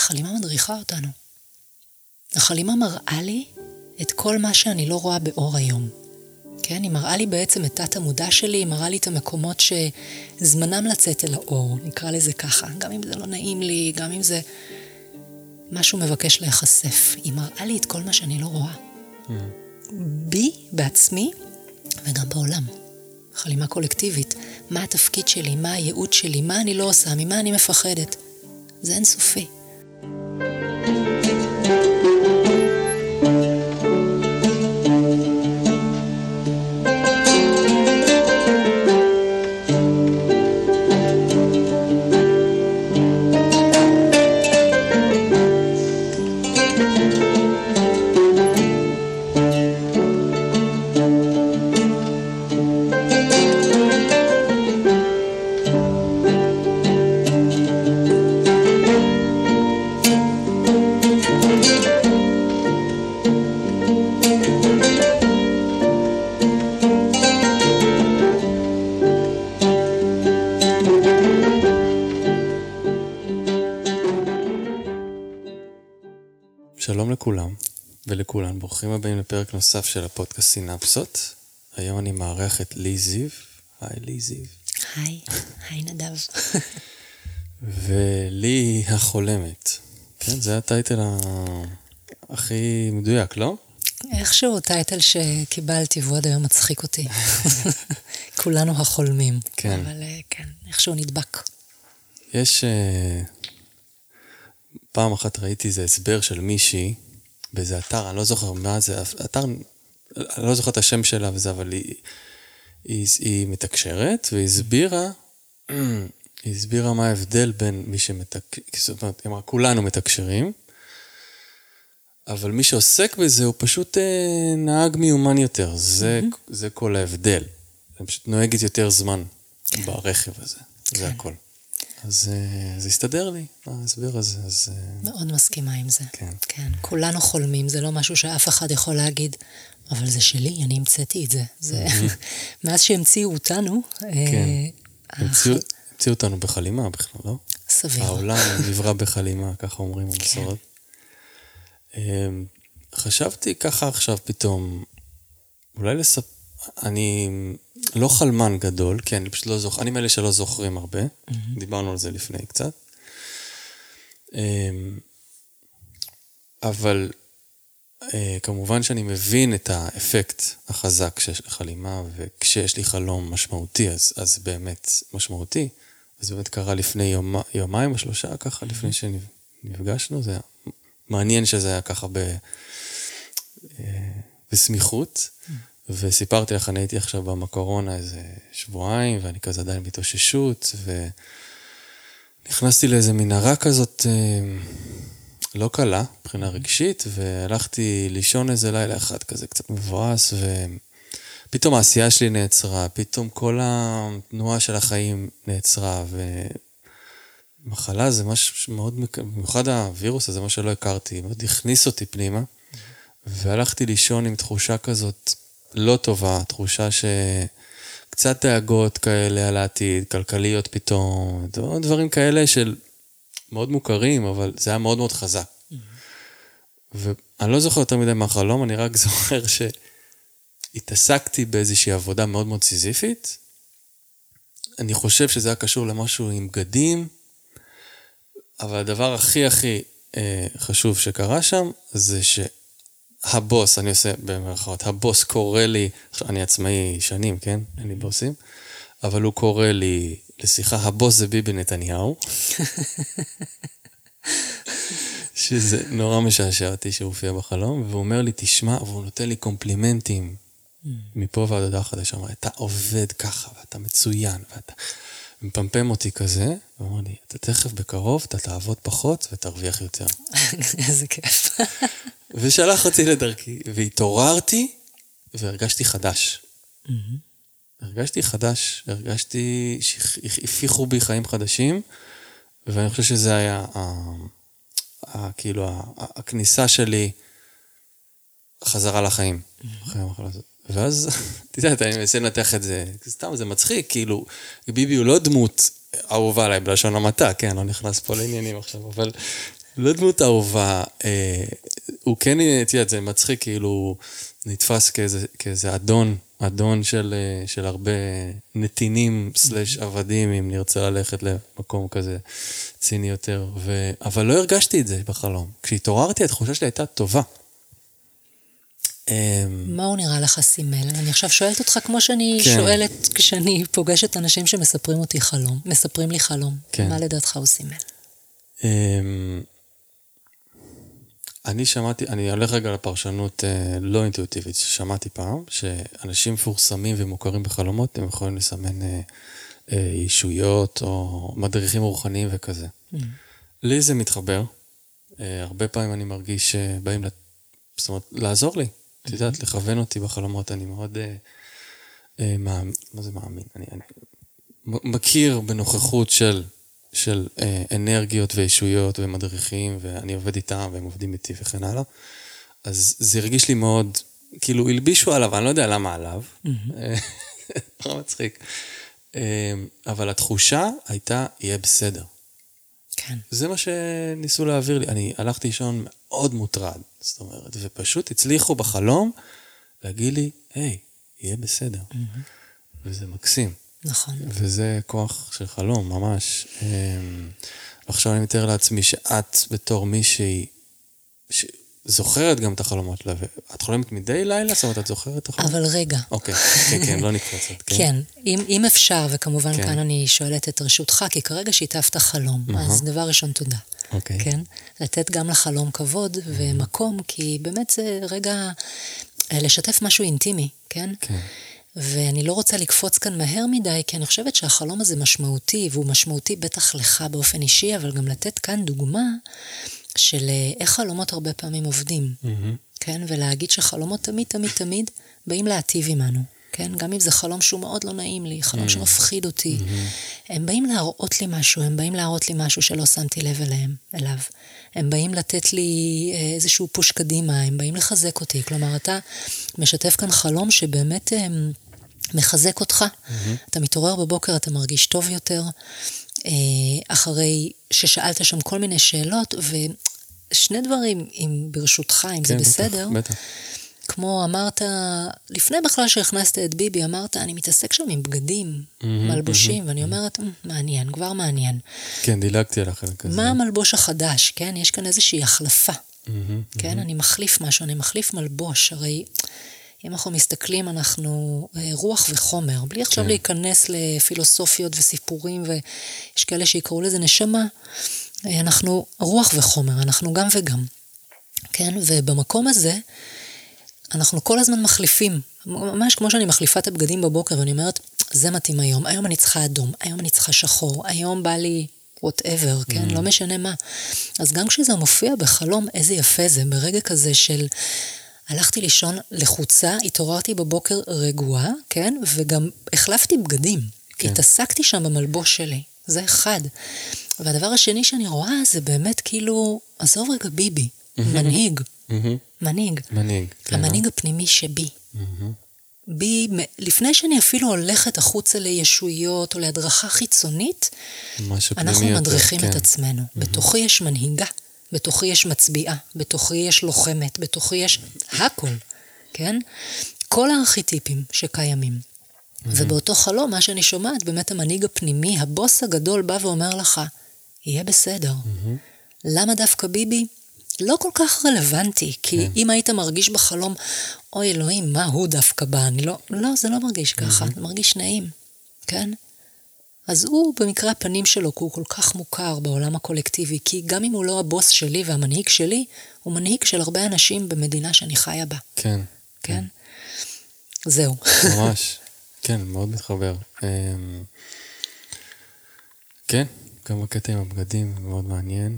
החלימה מדריכה אותנו. החלימה מראה לי את כל מה שאני לא רואה באור היום. כן, היא מראה לי בעצם את תת המודע שלי, היא מראה לי את המקומות שזמנם לצאת אל האור, נקרא לזה ככה. גם אם זה לא נעים לי, גם אם זה משהו מבקש להיחשף. היא מראה לי את כל מה שאני לא רואה. בי, בעצמי, וגם בעולם. חלימה קולקטיבית. מה התפקיד שלי, מה הייעוד שלי, מה אני לא עושה, ממה אני מפחדת. זה אינסופי. שלום לכולם ולכולן, ברוכים הבאים לפרק נוסף של הפודקאסט סינפסות. היום אני מארח את לי זיו. היי לי זיו. היי נדב. ולי החולמת. כן, זה הטייטל הכי מדויק, לא? איכשהו טייטל שקיבלתי והוא עד היום מצחיק אותי. כולנו החולמים. כן. אבל כן, איכשהו נדבק. יש... פעם אחת ראיתי איזה הסבר של מישהי באיזה אתר, אני לא זוכר מה זה, אתר, אני לא זוכר את השם שלה וזה, אבל היא מתקשרת והסבירה, היא הסבירה מה ההבדל בין מי זאת אומרת, היא אמרה, כולנו מתקשרים, אבל מי שעוסק בזה הוא פשוט נהג מיומן יותר, זה כל ההבדל. זה פשוט נוהגת יותר זמן ברכב הזה, זה הכל. אז זה הסתדר לי, ההסבר הזה. מאוד מסכימה עם זה. כן. כן. כולנו חולמים, זה לא משהו שאף אחד יכול להגיד, אבל זה שלי, אני המצאתי את זה. זה מאז שהמציאו אותנו. כן. המציאו אותנו בחלימה בכלל, לא? סביר. העולם נברא בחלימה, ככה אומרים המסורת. חשבתי ככה עכשיו פתאום, אולי אני לא חלמן גדול, כי אני פשוט לא זוכר, אני מאלה שלא זוכרים הרבה, דיברנו על זה לפני קצת, אבל כמובן שאני מבין את האפקט החזק של חלימה, וכשיש לי חלום משמעותי, אז באמת משמעותי, אז באמת קרה לפני יומיים או שלושה, ככה לפני שנפגשנו, זה היה מעניין שזה היה ככה בסמיכות, וסיפרתי לך, אני הייתי עכשיו במקורונה איזה שבועיים, ואני כזה עדיין בהתאוששות, ונכנסתי לאיזה מנהרה כזאת לא קלה, מבחינה רגשית, והלכתי לישון איזה לילה אחד כזה קצת מבואס, ופתאום העשייה שלי נעצרה, פתאום כל התנועה של החיים נעצרה, ומחלה זה משהו מאוד, במיוחד הווירוס הזה, מה שלא הכרתי, מאוד הכניס אותי פנימה, והלכתי לישון עם תחושה כזאת לא טובה, תחושה שקצת דאגות כאלה על העתיד, כלכליות פתאום, דברים כאלה של מאוד מוכרים, אבל זה היה מאוד מאוד חזק. ואני לא זוכר יותר מדי מהחלום, אני רק זוכר שהתעסקתי באיזושהי עבודה מאוד מאוד סיזיפית. אני חושב שזה היה קשור למשהו עם בגדים, אבל הדבר הכי חשוב שקרה שם, זה הבוס, אני עושה במרכאות, הבוס קורא לי, אני עצמאי שנים, כן? אין לי בוסים, אבל הוא קורא לי לשיחה, הבוס זה ביבי נתניהו, שזה נורא משעשע אותי שהוא הופיע בחלום, והוא אומר לי, תשמע, והוא נותן לי קומפלימנטים, מפה ועד הודעה חדשה, אמר, אתה עובד ככה, ואתה מצוין, ואתה מפמפם אותי כזה, ואומר לי, אתה תכף בקרוב, אתה תעבוד פחות ותרוויח יותר. איזה כיף. ושלח אותי לדרכי, והתעוררתי, והרגשתי חדש. הרגשתי שהפיחו בי חיים חדשים, ואני חושב שזה היה, כאילו, הכניסה שלי חזרה לחיים. ואז, תדעת, אני מנסה לנתח את זה, סתם, זה מצחיק, כאילו, ביבי הוא לא דמות אהובה עליי בלשון המעטה, כן, לא נכנס פה לעניינים עכשיו, אבל לא דמות אהובה, הוא כן, תראה, זה מצחיק, כאילו, נתפס כאיזה אדון של הרבה נתינים סלש עבדים, אם נרצה ללכת למקום כזה ציני יותר, אבל לא הרגשתי את זה בחלום. כשהתעוררתי, התחושה שלי הייתה טובה. מה הוא נראה לך סימל? אני עכשיו שואלת אותך כמו שאני שואלת כשאני פוגשת אנשים שמספרים לי חלום. מה לדעתך הוא סימל? אני הולך רגע לפרשנות לא אינטואיטיבית, ששמעתי פעם, שאנשים מפורסמים ומוכרים בחלומות, הם יכולים לסמן ישויות או מדריכים רוחניים וכזה. לי זה מתחבר. הרבה פעמים אני מרגיש שבאים זאת אומרת, לעזור לי. את יודעת, לכוון אותי בחלומות, אני מאוד מה זה מאמין? אני מכיר בנוכחות של אנרגיות וישויות ומדריכים, ואני עובד איתם והם עובדים איתי וכן הלאה. אז זה הרגיש לי מאוד, כאילו הלבישו עליו, אני לא יודע למה עליו. לא מצחיק. אבל התחושה הייתה, יהיה בסדר. כן. זה מה שניסו להעביר לי. אני הלכתי לישון מאוד מוטרד, זאת אומרת, ופשוט הצליחו בחלום להגיד לי, היי, יהיה בסדר. וזה מקסים. נכון. וזה כוח של חלום, ממש. עכשיו אני מתאר לעצמי שאת בתור מישהי זוכרת גם את החלומות שלה, ואת חולמת מדי לילה? זאת אומרת, את זוכרת את החלומות? אבל רגע. אוקיי, כן, לא נקפצת. כן, אם אפשר, וכמובן כאן אני שואלת את רשותך, כי כרגע שיתפת חלום, אז דבר ראשון תודה. אוקיי. כן? לתת גם לחלום כבוד ומקום, כי באמת זה רגע לשתף משהו אינטימי, כן? כן. ואני לא רוצה לקפוץ כאן מהר מדי, כי אני חושבת שהחלום הזה משמעותי, והוא משמעותי בטח לך באופן אישי, אבל גם לתת כאן דוגמה של איך חלומות הרבה פעמים עובדים, כן? ולהגיד שחלומות תמיד, תמיד, תמיד באים להטיב עמנו, כן? גם אם זה חלום שהוא מאוד לא נעים לי, חלום שמפחיד אותי, הם באים להראות לי משהו, הם באים להראות לי משהו שלא שמתי לב אליו. הם באים לתת לי איזשהו פוש קדימה, הם באים לחזק אותי. כלומר, אתה משתף כאן חלום שבאמת מחזק אותך. אתה מתעורר בבוקר, אתה מרגיש טוב יותר, אחרי ששאלת שם כל מיני שאלות, ושני דברים, אם ברשותך, אם זה בסדר, בטח. כמו אמרת, לפני בכלל שהכנסת את ביבי, אמרת, אני מתעסק שם עם בגדים, מלבושים, ואני אומרת, מעניין, כבר מעניין. כן, דילגתי על החלק הזה. מה המלבוש החדש, כן? יש כאן איזושהי החלפה, כן? אני מחליף משהו, אני מחליף מלבוש, הרי אם אנחנו מסתכלים, אנחנו רוח וחומר, בלי עכשיו להיכנס לפילוסופיות וסיפורים, ויש כאלה שיקראו לזה נשמה, אנחנו רוח וחומר, אנחנו גם וגם, כן? ובמקום הזה, אנחנו כל הזמן מחליפים, ממש כמו שאני מחליפה את הבגדים בבוקר, ואני אומרת, זה מתאים היום, היום אני צריכה אדום, היום אני צריכה שחור, היום בא לי whatever, כן? לא משנה מה. אז גם כשזה מופיע בחלום, איזה יפה זה, ברגע כזה של, הלכתי לישון לחוצה, התעוררתי בבוקר רגועה, כן? וגם החלפתי בגדים, התעסקתי שם במלבוש שלי, זה אחד. והדבר השני שאני רואה, זה באמת כאילו, עזוב רגע ביבי, מנהיג. מנהיג. המנהיג הפנימי שבי. בי, לפני שאני אפילו הולכת החוצה לישויות או להדרכה חיצונית, אנחנו מדריכים את עצמנו. בתוכי יש מנהיגה, בתוכי יש מצביעה, בתוכי יש לוחמת, בתוכי יש הכל, כן? כל הארכיטיפים שקיימים. ובאותו חלום, מה שאני שומעת, באמת המנהיג הפנימי, הבוס הגדול בא ואומר לך, יהיה בסדר. למה דווקא ביבי? לא כל כך רלוונטי, כי אם היית מרגיש בחלום, אוי אלוהים, מה הוא דווקא בא? לא, זה לא מרגיש ככה, זה מרגיש נעים, כן? אז הוא במקרה הפנים שלו, כי הוא כל כך מוכר בעולם הקולקטיבי, כי גם אם הוא לא הבוס שלי והמנהיג שלי, הוא מנהיג של הרבה אנשים במדינה שאני חיה בה. כן. כן? זהו. ממש, כן, מאוד מתחבר. כן, גם הקטע עם הבגדים מאוד מעניין.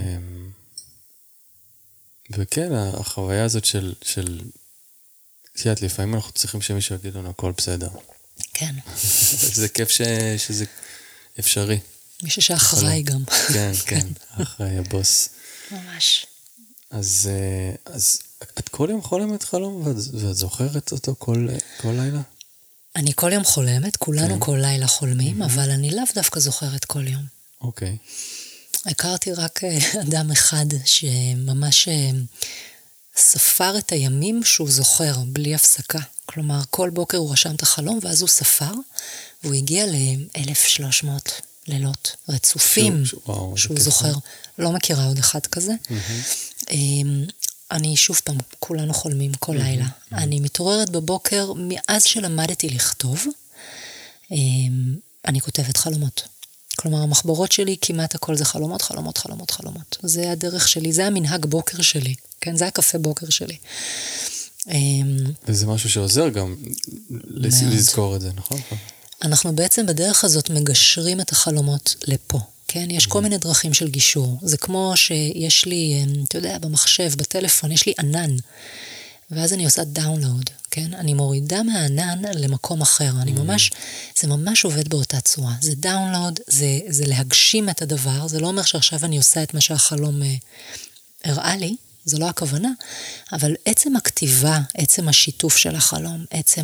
וכן, החוויה הזאת של תיאת, לפעמים אנחנו צריכים שמישהו יגיד לנו הכל בסדר. כן. זה כיף שזה אפשרי. מישהו שאחראי גם. כן, כן, אחראי הבוס. ממש. אז את כל יום חולמת חלום ואת זוכרת אותו כל לילה? אני כל יום חולמת, כולנו כל לילה חולמים, אבל אני לאו דווקא זוכרת כל יום. אוקיי. הכרתי רק אדם אחד שממש ספר את הימים שהוא זוכר, בלי הפסקה. כלומר, כל בוקר הוא רשם את החלום, ואז הוא ספר, והוא הגיע ל-1,300 לילות רצופים שהוא זוכר. לא מכירה עוד אחד כזה. אני שוב פעם, כולנו חולמים כל לילה. אני מתעוררת בבוקר, מאז שלמדתי לכתוב, אני כותבת חלומות. כלומר, המחברות שלי, כמעט הכל זה חלומות, חלומות, חלומות, חלומות. זה הדרך שלי, זה המנהג בוקר שלי. כן, זה הקפה בוקר שלי. וזה משהו שעוזר גם לזכור את זה, נכון? אנחנו בעצם בדרך הזאת מגשרים את החלומות לפה. כן, יש כל מיני דרכים של גישור. זה כמו שיש לי, אתה יודע, במחשב, בטלפון, יש לי ענן. ואז אני עושה דאונלוד, כן? אני מורידה מהענן למקום אחר. אני ממש, זה ממש עובד באותה צורה. זה דאונלוד, זה להגשים את הדבר. זה לא אומר שעכשיו אני עושה את מה שהחלום הראה לי. זו לא הכוונה. אבל עצם הכתיבה, עצם השיתוף של החלום, עצם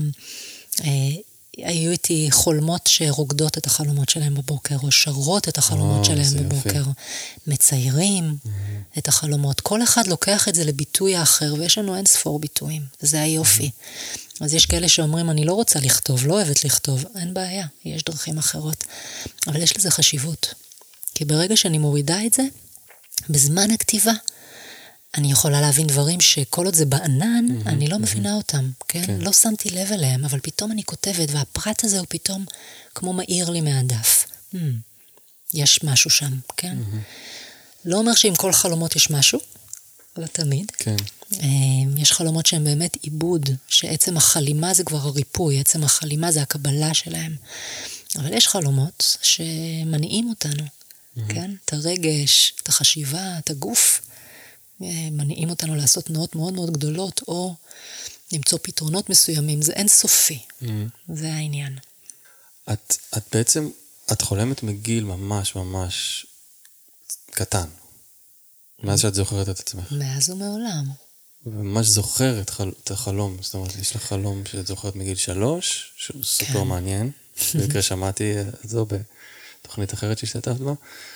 היו איתי חולמות שרוקדות את החלומות שלהם בבוקר, או שרות את החלומות שלהם בבוקר, מציירים את החלומות. כל אחד לוקח את זה לביטוי האחר, ויש לנו אין ספור ביטויים, וזה היופי. אז יש כאלה שאומרים, אני לא רוצה לכתוב, לא אוהבת לכתוב, אין בעיה, יש דרכים אחרות. אבל יש לזה חשיבות. כי ברגע שאני מורידה את זה, בזמן הכתיבה, אני יכולה להבין דברים שכל עוד זה בענן, אני לא מבינה אותם, כן? לא שמתי לב אליהם, אבל פתאום אני כותבת, והפרט הזה הוא פתאום כמו מאיר לי מהדף. יש משהו שם, כן? לא אומר שעם כל חלומות יש משהו, לא תמיד. כן. יש חלומות שהם באמת עיבוד, שעצם החלימה זה כבר הריפוי, עצם החלימה זה הקבלה שלהם. אבל יש חלומות שמניעים אותנו, כן? את הרגש, את החשיבה, את הגוף, מניעים אותנו לעשות תנועות מאוד מאוד גדולות, או למצוא פתרונות מסוימים, זה אינסופי. זה העניין. את בעצם, את חולמת מגיל ממש ממש קטן. מאז שאת זוכרת את עצמך. מאז ומעולם. וממש זוכרת את החלום. זאת אומרת, יש לך חלום שאת זוכרת מגיל 3, שהוא סופר מעניין. במקרה שמעתי זו בתוכנית אחרת שהשתתפת בה.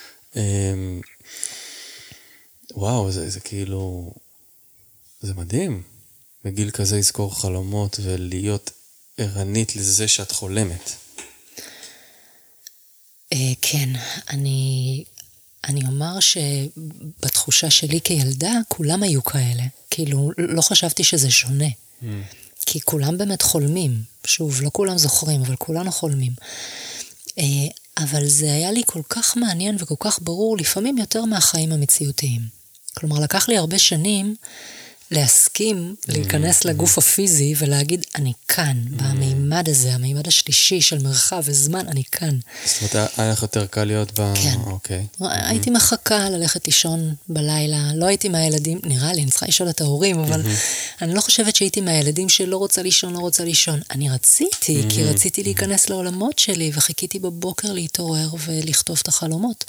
וואו, זה כאילו, זה מדהים. בגיל כזה לזכור חלומות ולהיות ערנית לזה שאת חולמת. כן, אני אומר שבתחושה שלי כילדה, כולם היו כאלה. כאילו, לא חשבתי שזה שונה. כי כולם באמת חולמים. שוב, לא כולם זוכרים, אבל כולנו חולמים. אבל זה היה לי כל כך מעניין וכל כך ברור, לפעמים יותר מהחיים המציאותיים. כלומר, לקח לי הרבה שנים להסכים להיכנס לגוף הפיזי ולהגיד, אני כאן, במימד הזה, המימד השלישי של מרחב וזמן, אני כאן. זאת אומרת, היה לך יותר קל להיות כן. אוקיי. הייתי מחכה ללכת לישון בלילה, לא הייתי מהילדים, נראה לי, אני צריכה לשאול את ההורים, אבל אני לא חושבת שהייתי מהילדים שלא רוצה לישון, לא רוצה לישון. אני רציתי, כי רציתי להיכנס לעולמות שלי, וחיכיתי בבוקר להתעורר ולכתוב את החלומות.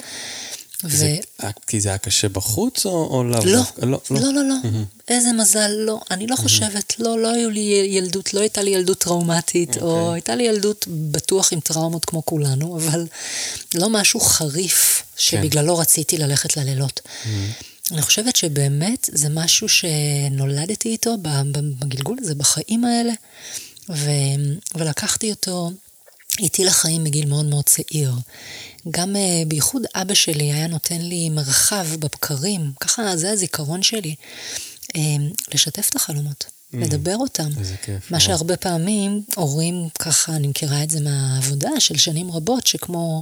כי זה היה קשה בחוץ או לא? לא. איזה מזל, לא. אני לא חושבת, לא היו לי ילדות, לא הייתה לי ילדות טראומטית, או הייתה לי ילדות בטוח עם טראומות כמו כולנו, אבל לא משהו חריף שבגללו רציתי ללכת ללילות. אני חושבת שבאמת זה משהו שנולדתי איתו בגלגול הזה, בחיים האלה, ולקחתי אותו איתי לחיים בגיל מאוד מאוד צעיר. גם בייחוד אבא שלי היה נותן לי מרחב בבקרים, ככה זה הזיכרון שלי, לשתף את החלומות, לדבר אותם. איזה כיף. מה שהרבה פעמים הורים, ככה אני מכירה את זה מהעבודה של שנים רבות, שכמו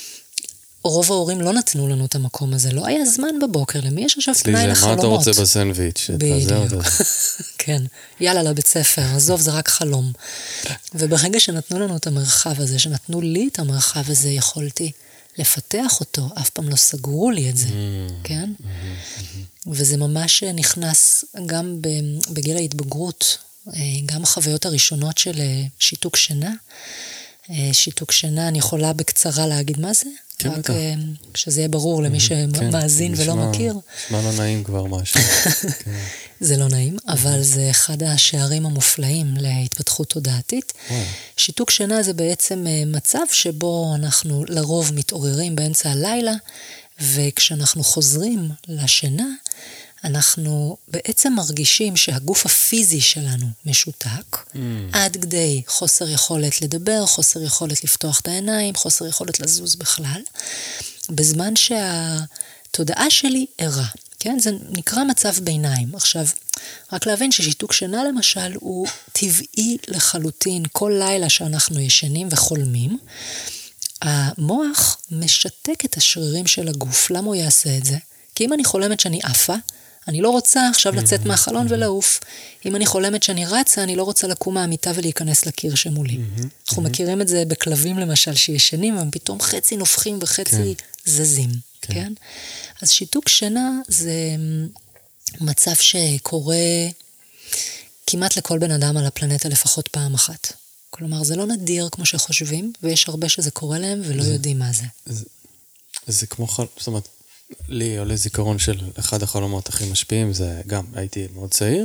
רוב ההורים לא נתנו לנו את המקום הזה, לא היה זמן בבוקר, למי יש עכשיו פנאי לחלומות? מה אתה רוצה בסנדוויץ'? בדיוק, כן, יאללה לבית ספר, עזוב, זה רק חלום. וברגע שנתנו לנו את המרחב הזה, שנתנו לי את המרחב הזה, יכולתי לפתח אותו, אף פעם לא סגרו לי את זה, כן? וזה ממש נכנס גם בגיל ההתבגרות, גם החוויות הראשונות של שיתוק שינה. שיתוק שינה, אני יכולה בקצרה להגיד מה זה? רק שזה יהיה ברור למי שמאזין ולא מכיר. נשמע לא נעים כבר משהו. זה לא נעים, אבל זה אחד השערים המופלאים להתפתחות תודעתית. שיתוק שינה זה בעצם מצב שבו אנחנו לרוב מתעוררים באמצע הלילה, וכשאנחנו חוזרים לשינה, אנחנו בעצם מרגישים שהגוף הפיזי שלנו משותק, עד כדי חוסר יכולת לדבר, חוסר יכולת לפתוח את העיניים, חוסר יכולת לזוז בכלל, בזמן שהתודעה שלי ערה. כן? זה נקרא מצב ביניים. עכשיו, רק להבין ששיתוק שינה למשל הוא טבעי לחלוטין. כל לילה שאנחנו ישנים וחולמים, המוח משתק את השרירים של הגוף. למה הוא יעשה את זה? כי אם אני חולמת שאני עפה, אני לא רוצה עכשיו לצאת מהחלון ולעוף. אם אני חולמת שאני רצה, אני לא רוצה לקום מהמיטה ולהיכנס לקיר שמולי. אנחנו מכירים את זה בכלבים למשל שישנים, הם פתאום חצי נופחים וחצי זזים. כן? אז שיתוק שינה זה מצב שקורה כמעט לכל בן אדם על הפלנטה לפחות פעם אחת. כלומר, זה לא נדיר כמו שחושבים, ויש הרבה שזה קורה להם ולא יודעים מה זה. זה כמו זאת אומרת, לי עולה זיכרון של אחד החלומות הכי משפיעים, זה גם, הייתי מאוד צעיר,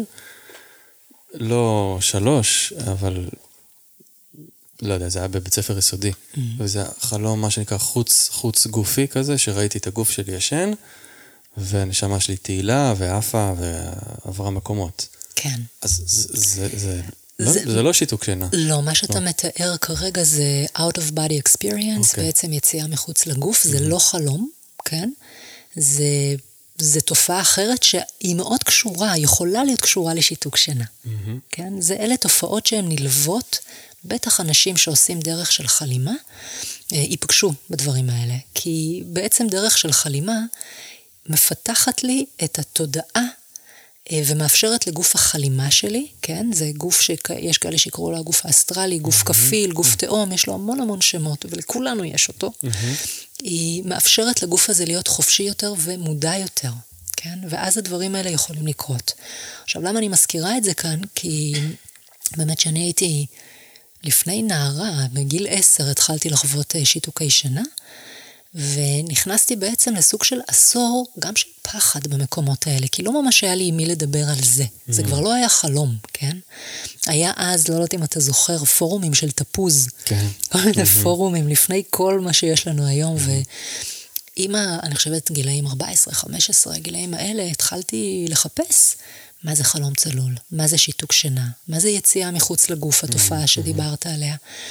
לא 3, אבל לא יודע, זה היה בבית ספר יסודי, וזה חלום מה שנקרא חוץ גופי כזה, שראיתי את הגוף שלי ישן, והנשמה שלי תהילה ועפה ועברה מקומות. כן. אז זה לא שיתוק שינה. לא, מה שאתה מתאר כרגע זה out of body experience, בעצם יציאה מחוץ לגוף, זה לא חלום, כן? זה תופעה אחרת שהיא מאוד קשורה, יכולה להיות קשורה לשיתוק שינה. כן? אלה תופעות שהן נלוות, בטח אנשים שעושים דרך של חלימה, ייפגשו בדברים האלה. כי בעצם דרך של חלימה מפתחת לי את התודעה ומאפשרת לגוף החלימה שלי, כן? זה גוף שיש כאלה שיקראו לו הגוף האסטרלי, גוף כפיל, גוף תאום, יש לו המון המון שמות, ולכולנו יש אותו. היא מאפשרת לגוף הזה להיות חופשי יותר ומודע יותר, כן? ואז הדברים האלה יכולים לקרות. עכשיו, למה אני מזכירה את זה כאן? כי באמת שאני הייתי לפני נערה, בגיל 10 התחלתי לחוות שיתוקי שינה, ונכנסתי בעצם לסוג של עשור, גם של פחד במקומות האלה, כי לא ממש היה לי עם מי לדבר על זה. זה כבר לא היה חלום, כן? היה אז, לא יודעת אם אתה זוכר, פורומים של תפוז. כן. כל מיני פורומים, לפני כל מה שיש לנו היום, אני חושבת גילאים 14, 15, הגילאים האלה, התחלתי לחפש מה זה חלום צלול, מה זה שיתוק שינה, מה זה יציאה מחוץ לגוף, התופעה שדיברת עליה.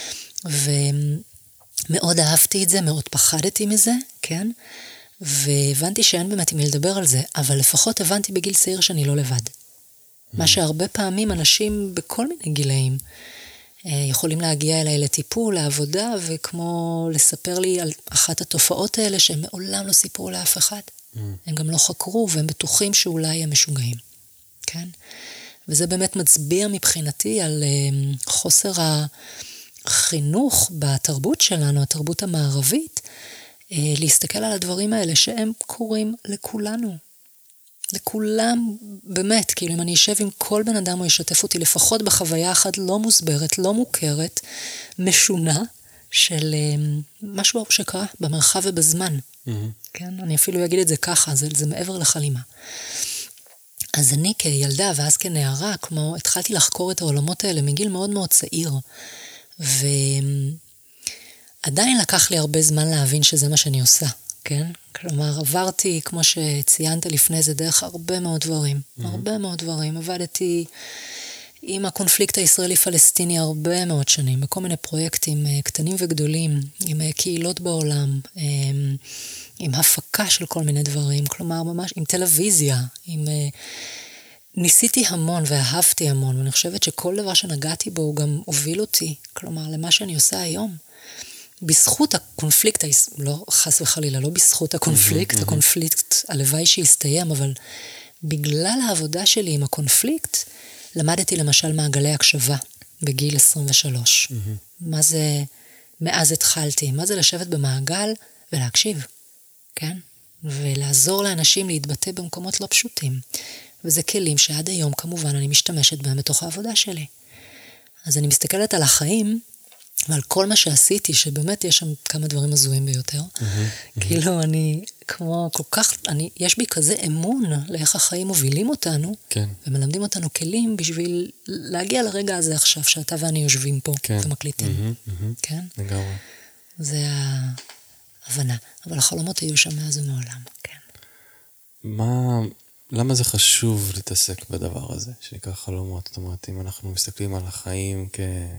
מאוד אהבתי את זה, מאוד פחדתי מזה, כן? והבנתי שאין באמת עם מי לדבר על זה, אבל לפחות הבנתי בגיל צעיר שאני לא לבד. מה שהרבה פעמים אנשים בכל מיני גילאים יכולים להגיע אליי לטיפול, לעבודה, וכמו לספר לי על אחת התופעות האלה שהם מעולם לא סיפרו לאף אחד. הם גם לא חקרו, והם בטוחים שאולי הם משוגעים. כן? וזה באמת מצביע מבחינתי על חוסר החינוך בתרבות שלנו, התרבות המערבית, להסתכל על הדברים האלה שהם קורים לכולנו. לכולם, באמת, כאילו אם אני אשב עם כל בן אדם, הוא ישתף אותי לפחות בחוויה אחת לא מוסברת, לא מוכרת, משונה, של משהו שקרה במרחב ובזמן. כן? אני אפילו אגיד את זה ככה, זה מעבר לחלימה. אז אני כילדה ואז כנערה, כמו התחלתי לחקור את העולמות האלה מגיל מאוד מאוד צעיר, ועדיין לקח לי הרבה זמן להבין שזה מה שאני עושה, כן? כלומר, עברתי, כמו שציינת לפני זה, דרך הרבה מאוד דברים, הרבה מאוד דברים. עבדתי עם הקונפליקט הישראלי-פלסטיני הרבה מאוד שנים, בכל מיני פרויקטים קטנים וגדולים, עם קהילות בעולם, עם הפקה של כל מיני דברים, כלומר ממש עם טלוויזיה, ניסיתי המון ואהבתי המון, ואני חושבת שכל דבר שנגעתי בו הוא גם הוביל אותי, כלומר למה שאני עושה היום. בזכות הקונפליקט, לא חס וחלילה, לא בזכות הקונפליקט, הקונפליקט הלוואי שהסתיים, אבל בגלל העבודה שלי עם הקונפליקט, למדתי למשל מעגלי הקשבה בגיל 23. מה זה, מאז התחלתי, מה זה לשבת במעגל ולהקשיב, כן? ולעזור לאנשים להתבטא במקומות לא פשוטים. וזה כלים שעד היום כמובן אני משתמשת בהם בתוך העבודה שלי. אז אני מסתכלת על החיים, ועל כל מה שעשיתי, שבאמת יש שם כמה דברים הזויים ביותר. כאילו אני, כמו כל כך, יש בי כזה אמון לאיך החיים מובילים אותנו, ומלמדים אותנו כלים בשביל להגיע לרגע הזה עכשיו, שאתה ואני יושבים פה ומקליטים. כן, לגמרי. זה הבנה. אבל החלומות היו שם מאז ומעולם, כן. למה זה חשוב להתעסק בדבר הזה, שנקרא חלומות? זאת אומרת, אם אנחנו מסתכלים על החיים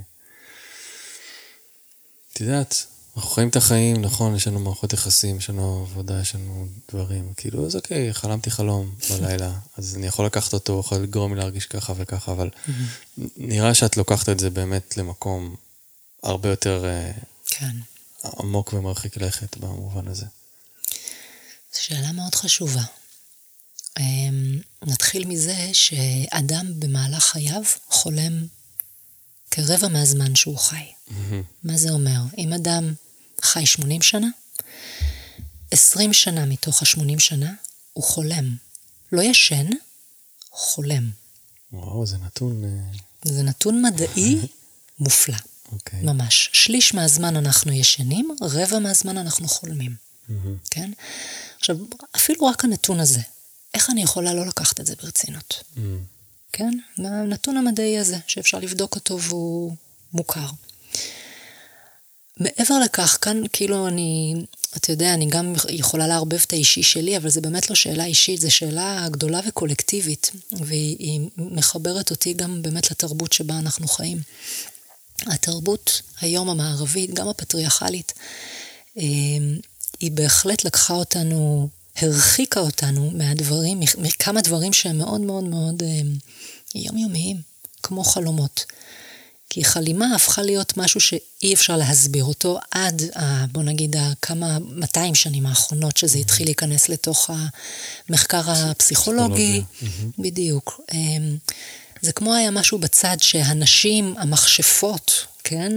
את יודעת, אנחנו חיים את החיים, נכון, יש לנו מערכות יחסים, יש לנו עבודה, יש לנו דברים, כאילו, אז אוקיי, חלמתי חלום בלילה, אז אני יכול לקחת אותו, יכול לגרום לי להרגיש ככה וככה, אבל נראה שאת לוקחת את זה באמת למקום הרבה יותר עמוק ומרחיק לכת במובן הזה. זו שאלה מאוד חשובה. נתחיל מזה שאדם במהלך חייו חולם כרבע מהזמן שהוא חי. מה זה אומר? אם אדם חי 80 שנה, 20 שנה מתוך ה-80 שנה הוא חולם. לא ישן, חולם. וואו, זה נתון... זה נתון מדעי מופלא. אוקיי. ממש. שליש מהזמן אנחנו ישנים, רבע מהזמן אנחנו חולמים. כן? עכשיו, אפילו רק הנתון הזה, איך אני יכולה לא לקחת את זה ברצינות? כן? הנתון המדעי הזה, שאפשר לבדוק אותו והוא מוכר. מעבר לכך, כאן כאילו אתה יודע, אני גם יכולה לערבב את האישי שלי, אבל זה באמת לא שאלה אישית, זה שאלה גדולה וקולקטיבית, והיא מחברת אותי גם באמת לתרבות שבה אנחנו חיים. התרבות היום המערבית, גם הפטריארכלית, היא בהחלט לקחה אותנו, הרחיקה אותנו מהדברים, מכמה דברים שהם מאוד מאוד מאוד יומיומיים, כמו חלומות. כי חלימה הפכה להיות משהו שאי אפשר להסביר אותו עד, בוא נגיד, כמה 200 שנים האחרונות שזה התחיל להיכנס לתוך המחקר הפסיכולוגי. בדיוק. זה כמו היה משהו בצד שהנשים, המכשפות, כן,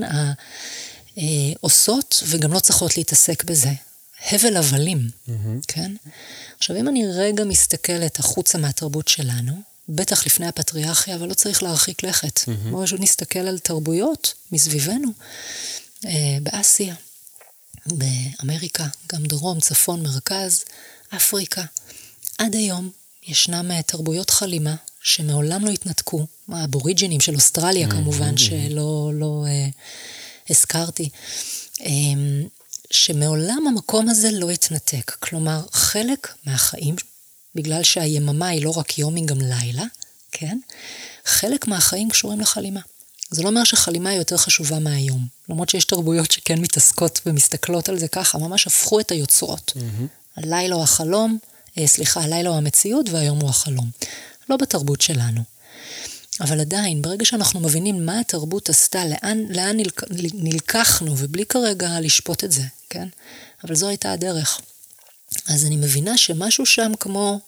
עושות וגם לא צריכות להתעסק בזה. הבל הבלים, כן? עכשיו, אם אני רגע מסתכלת החוצה מהתרבות שלנו, בטח לפני הפטריארכיה, אבל לא צריך להרחיק לכת. בואו נסתכל על תרבויות מסביבנו, באסיה, באמריקה, גם דרום, צפון, מרכז, אפריקה. עד היום ישנם תרבויות חלימה שמעולם לא התנתקו, האבוריג'ינים של אוסטרליה כמובן, שלא הזכרתי, שמעולם המקום הזה לא התנתק. כלומר, חלק מהחיים, בגלל שהיממה היא לא רק יום, היא גם לילה, כן? חלק מהחיים קשורים לחלימה. זה לא אומר שחלימה היא יותר חשובה מהיום. למרות שיש תרבויות שכן מתעסקות ומסתכלות על זה ככה, ממש הפכו את היוצרות. הלילה הוא החלום, הלילה הוא המציאות, והיום הוא החלום. לא בתרבות שלנו. אבל עדיין, ברגע שאנחנו מבינים מה התרבות עשתה, לאן נלקחנו, ובלי כרגע לשפוט את זה, כן? אבל זו הייתה הדרך. אז אני מבינה שמשהו שם כמו,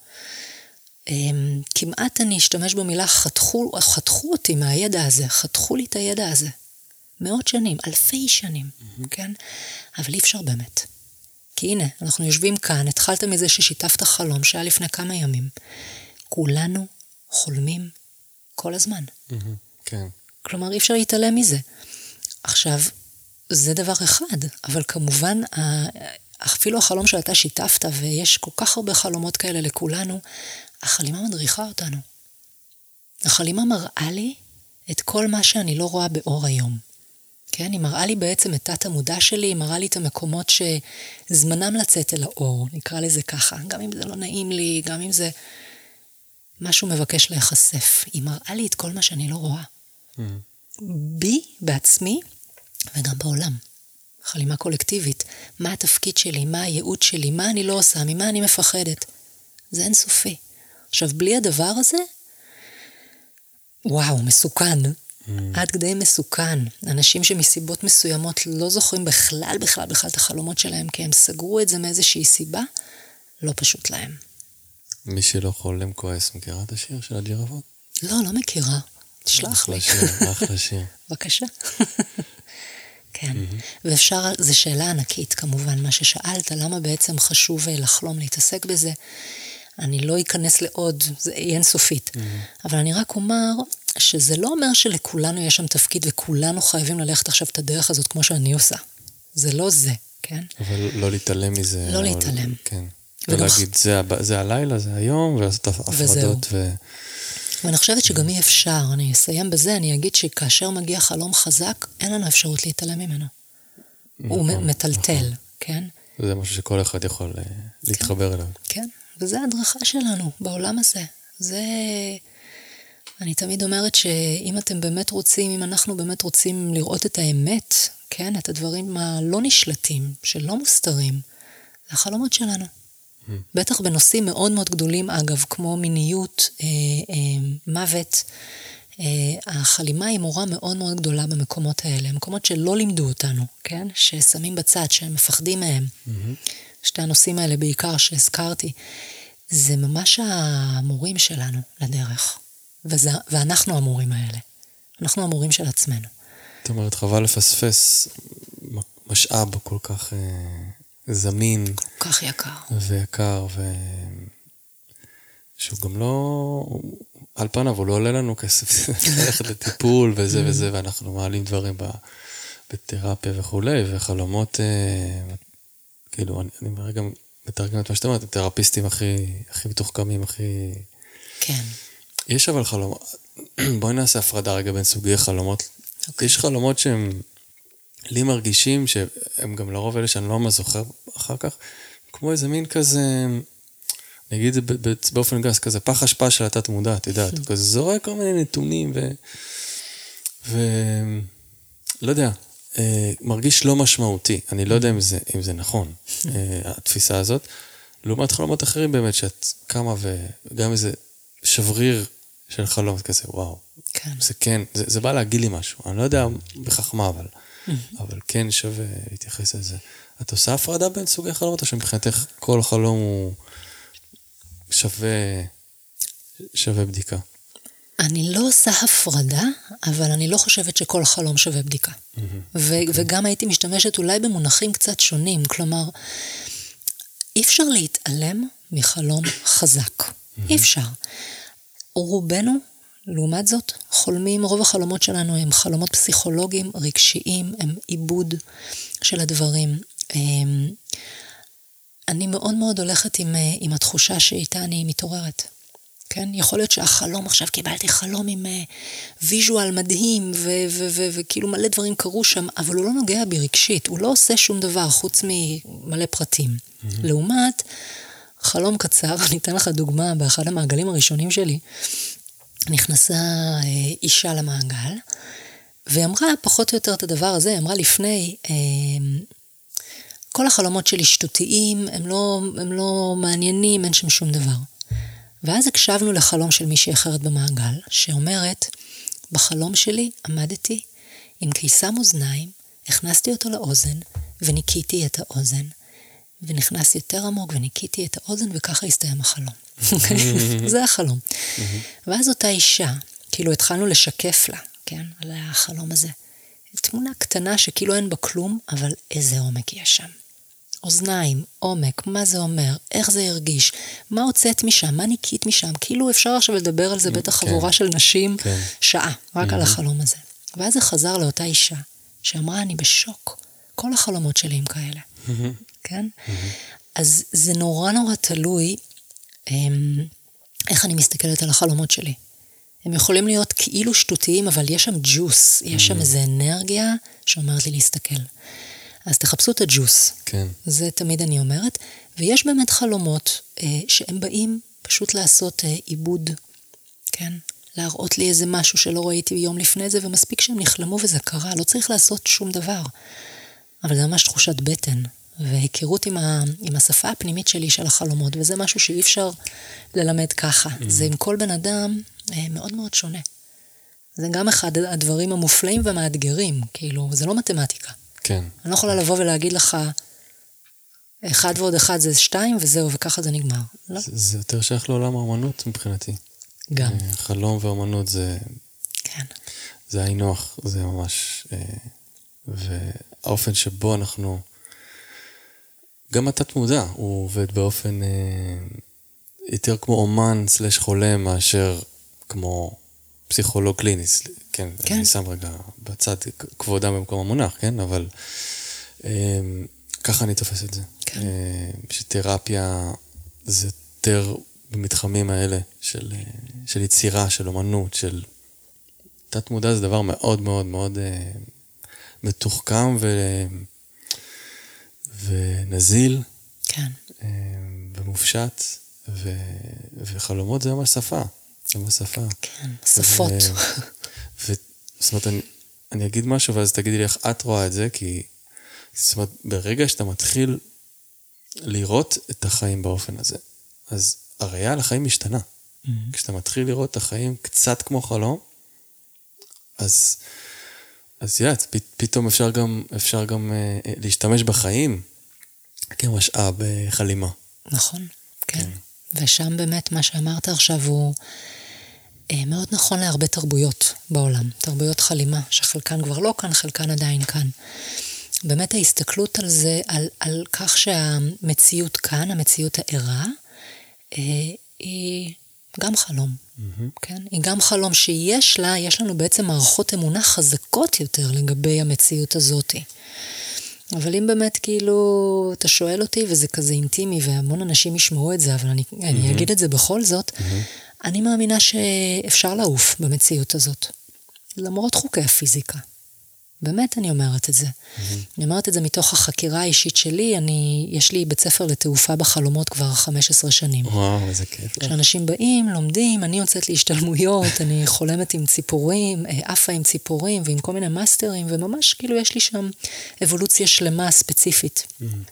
כמעט אני אשתמש במילה, חתכו אותי מהידע הזה, חתכו לי את הידע הזה. מאות שנים, אלפי שנים, כן? אבל אי אפשר באמת. כי הנה, אנחנו יושבים כאן, התחלת מזה ששיתפת חלום שהיה לפני כמה ימים. כולנו חולמים כל הזמן. כן. כלומר, אי אפשר להתעלם מזה. עכשיו, זה דבר אחד, אבל כמובן, אפילו החלום שאתה שיתפת, ויש כל כך הרבה חלומות כאלה לכולנו, החלימה מדריכה אותנו. החלימה מראה לי את כל מה שאני לא רואה באור היום. כן? היא מראה לי בעצם את תת המודע שלי, היא מראה לי את המקומות שזמנם לצאת אל האור, נקרא לזה ככה, גם אם זה לא נעים לי, גם אם זה משהו מבקש להיחשף. היא מראה לי את כל מה שאני לא רואה. בי, בעצמי, וגם בעולם. חלימה קולקטיבית. מה התפקיד שלי, מה הייעוד שלי, מה אני לא עושה, ממה אני מפחדת. זה אינסופי. עכשיו, בלי הדבר הזה, וואו, מסוכן. עד כדי מסוכן. אנשים שמסיבות מסוימות לא זוכרים בכלל את החלומות שלהם, כי הם סגרו את זה מאיזושהי סיבה, לא פשוט להם. מי שלא חולם כועס, מכירה את השיר של הג'ירפות? לא מכירה. תשלח לי. אחלה שיר. בבקשה. כן. ואפשר, זו שאלה ענקית כמובן, מה ששאלת, למה בעצם חשוב לחלום, להתעסק בזה. אני לא אכנס לעוד, זה אינסופית. אבל אני רק אומר שזה לא אומר שלכולנו יש שם תפקיד, וכולנו חייבים ללכת עכשיו את הדרך הזאת כמו שאני עושה. זה לא זה, כן? אבל לא להתעלם מזה. לא להתעלם. כן. ולהגיד, זה הלילה, זה היום, ולעשות הפרדות ואני חושבת שגם אי אפשר, אני אסיים בזה, אני אגיד שכאשר מגיע חלום חזק, אין לנו אפשרות להתעלם ממנו. הוא מטלטל, כן? זה משהו שכל אחד יכול להתחבר אליו. כן, וזה הדרכה שלנו בעולם הזה. זה... אני תמיד אומרת שאם אתם באמת רוצים, אם אנחנו באמת רוצים לראות את האמת, כן, את הדברים הלא נשלטים, שלא מוסתרים, זה החלומות שלנו. בטח בנושאים מאוד מאוד גדולים, אגב, כמו מיניות, מוות, החלימה היא מורה מאוד מאוד גדולה במקומות האלה, מקומות שלא לימדו אותנו, כן, ששמים בצד, שהם מפחדים מהם. שתי הנושאים האלה בעיקר שהזכרתי, זה ממש המורים שלנו לדרך. ואנחנו המורים האלה. אנחנו המורים של עצמנו. זאת אומרת, חבל לפספס משאב כל כך זמין. כל כך יקר. ויקר, שהוא גם לא... על פניו, הוא לא עולה לנו כסף ללכת לטיפול וזה וזה, ואנחנו מעלים דברים בתרפיה וכולי, וחלומות, כאילו, אני רגע מתרגם את מה שאתה אומרת, תרפיסטים הכי מתוחכמים, הכי... כן. יש אבל חלומות, בואי נעשה הפרדה רגע בין סוגי חלומות. יש חלומות שהם לי מרגישים שהם גם לרוב אלה שאני לא מה זוכר אחר כך, כמו איזה מין כזה, נגיד את זה באופן גס, כזה פח השפעה של התת מודע, את יודעת, כזה זורק כל מיני נתונים לא יודע, מרגיש לא משמעותי, אני לא יודע אם זה נכון, התפיסה הזאת, לעומת חלומות אחרים באמת, שאת קמה וגם איזה שבריר של חלום, כזה, וואו. כן. זה כן, זה בא להגיד לי משהו. אני לא יודע בכך מה, אבל כן שווה להתייחס לזה. את עושה הפרדה בין סוגי חלומות, או שמבחינתך כל חלום הוא שווה בדיקה? אני לא עושה הפרדה, אבל אני לא חושבת שכל חלום שווה בדיקה. וגם הייתי משתמשת אולי במונחים קצת שונים, כלומר, אי אפשר להתעלם מחלום חזק. אי אפשר. רובנו, לעומת זאת, חולמים, רוב החלומות שלנו הם חלומות פסיכולוגיים, רגשיים, הם עיבוד של הדברים. אני מאוד מאוד הולכת עם התחושה שאיתה אני מתעוררת. כן? יכול להיות שהחלום, עכשיו קיבלתי חלום עם ויז'ואל מדהים, וכאילו מלא דברים קרו שם, אבל הוא לא נוגע בי רגשית, הוא לא עושה שום דבר חוץ ממלא פרטים. לעומת חלום קצר, אני אתן לך דוגמה, באחד המעגלים הראשונים שלי, נכנסה אישה למעגל, והיא אמרה פחות או יותר את הדבר הזה, היא אמרה לפני, כל החלומות שלי שטותיים, הם לא מעניינים, אין שם שום דבר. ואז הקשבנו לחלום של מישהי אחרת במעגל, שאומרת, בחלום שלי עמדתי עם קיסם אוזניים, הכנסתי אותו לאוזן, וניקיתי את האוזן, ונכנס יותר עמוק, וניקיתי את האוזן, וככה הסתיים החלום. זה החלום. ואז אותה אישה, כאילו התחלנו לשקף לה, כן, על החלום הזה. תמונה קטנה שכאילו אין בה כלום, אבל איזה עומק יש שם. אוזניים, עומק, מה זה אומר, איך זה הרגיש, מה הוצאת משם, מה ניקית משם, כאילו אפשר עכשיו לדבר על זה בטח חבורה של נשים, שעה, רק על החלום הזה. ואז זה חזר לאותה אישה, שאמרה, אני בשוק, כל החלומות שלי הם כאלה. כן? אז זה נורא נורא תלוי איך אני מסתכלת על החלומות שלי. הם יכולים להיות כאילו שטותיים, אבל יש שם ג'וס, יש שם איזו אנרגיה שאומרת לי להסתכל. אז תחפשו את הג'וס. כן. זה תמיד אני אומרת. ויש באמת חלומות שהם באים פשוט לעשות עיבוד, כן? להראות לי איזה משהו שלא ראיתי יום לפני זה, ומספיק שהם נחלמו וזה קרה, לא צריך לעשות שום דבר. אבל זה ממש תחושת בטן, והיכרות עם השפה הפנימית שלי של החלומות, וזה משהו שאי אפשר ללמד ככה. זה עם כל בן אדם מאוד מאוד שונה. זה גם אחד הדברים המופלאים והמאתגרים, כאילו, זה לא מתמטיקה. כן. אני לא יכולה לבוא ולהגיד לך, 1 ועוד 1 זה 2, וזהו, וככה זה נגמר. לא? זה יותר שייך לעולם האמנות מבחינתי. גם. חלום ואמנות זה... כן. זה העינוח, זה ממש... והאופן שבו אנחנו... גם התת מודע, הוא עובד באופן יותר כמו אומן סלש חולם, מאשר כמו פסיכולוג קליני. כן, כן. אני שם רגע בצד כבודם במקום המונח, כן? אבל ככה אני תופס את זה. כן. שתרפיה זה יותר במתחמים האלה של יצירה, של אומנות, של תת מודע, זה דבר מאוד מאוד מאוד מתוחכם ונזיל, כן. ומופשט, וחלומות זה ממש שפה. זה ממש שפה. כן, שפות. זאת אומרת, אני אגיד משהו, ואז תגידי לי איך את רואה את זה, כי זאת אומרת, ברגע שאתה מתחיל לראות את החיים באופן הזה, אז הראייה על החיים משתנה. כשאתה מתחיל לראות את החיים קצת כמו חלום, אז פתאום אפשר גם להשתמש בחיים כמשאב חלימה. נכון, כן. ושם באמת מה שאמרת עכשיו הוא מאוד נכון להרבה תרבויות בעולם. תרבויות חלימה, שחלקן כבר לא כאן, חלקן עדיין כאן. באמת ההסתכלות על זה, על כך שהמציאות כאן, המציאות הערה, היא גם חלום. כן? היא גם חלום שיש לנו בעצם מערכות אמונה חזקות יותר לגבי המציאות הזאת. אבל אם באמת כאילו אתה שואל אותי, וזה כזה אינטימי, והמון אנשים ישמעו את זה, אבל אני אגיד את זה בכל זאת, אני מאמינה שאפשר לעוף במציאות הזאת, למרות חוקי הפיזיקה. באמת אני אומרת את זה. אני אומרת את זה מתוך החקירה האישית שלי, יש לי בית ספר לתעופה בחלומות כבר 15 שנים. וואו, איזה כיף. כשאנשים באים, לומדים, אני יוצאת להשתלמויות, אני חולמת עם ציפורים, עפה עם ציפורים, ועם כל מיני מאסטרים, וממש כאילו יש לי שם אבולוציה שלמה ספציפית.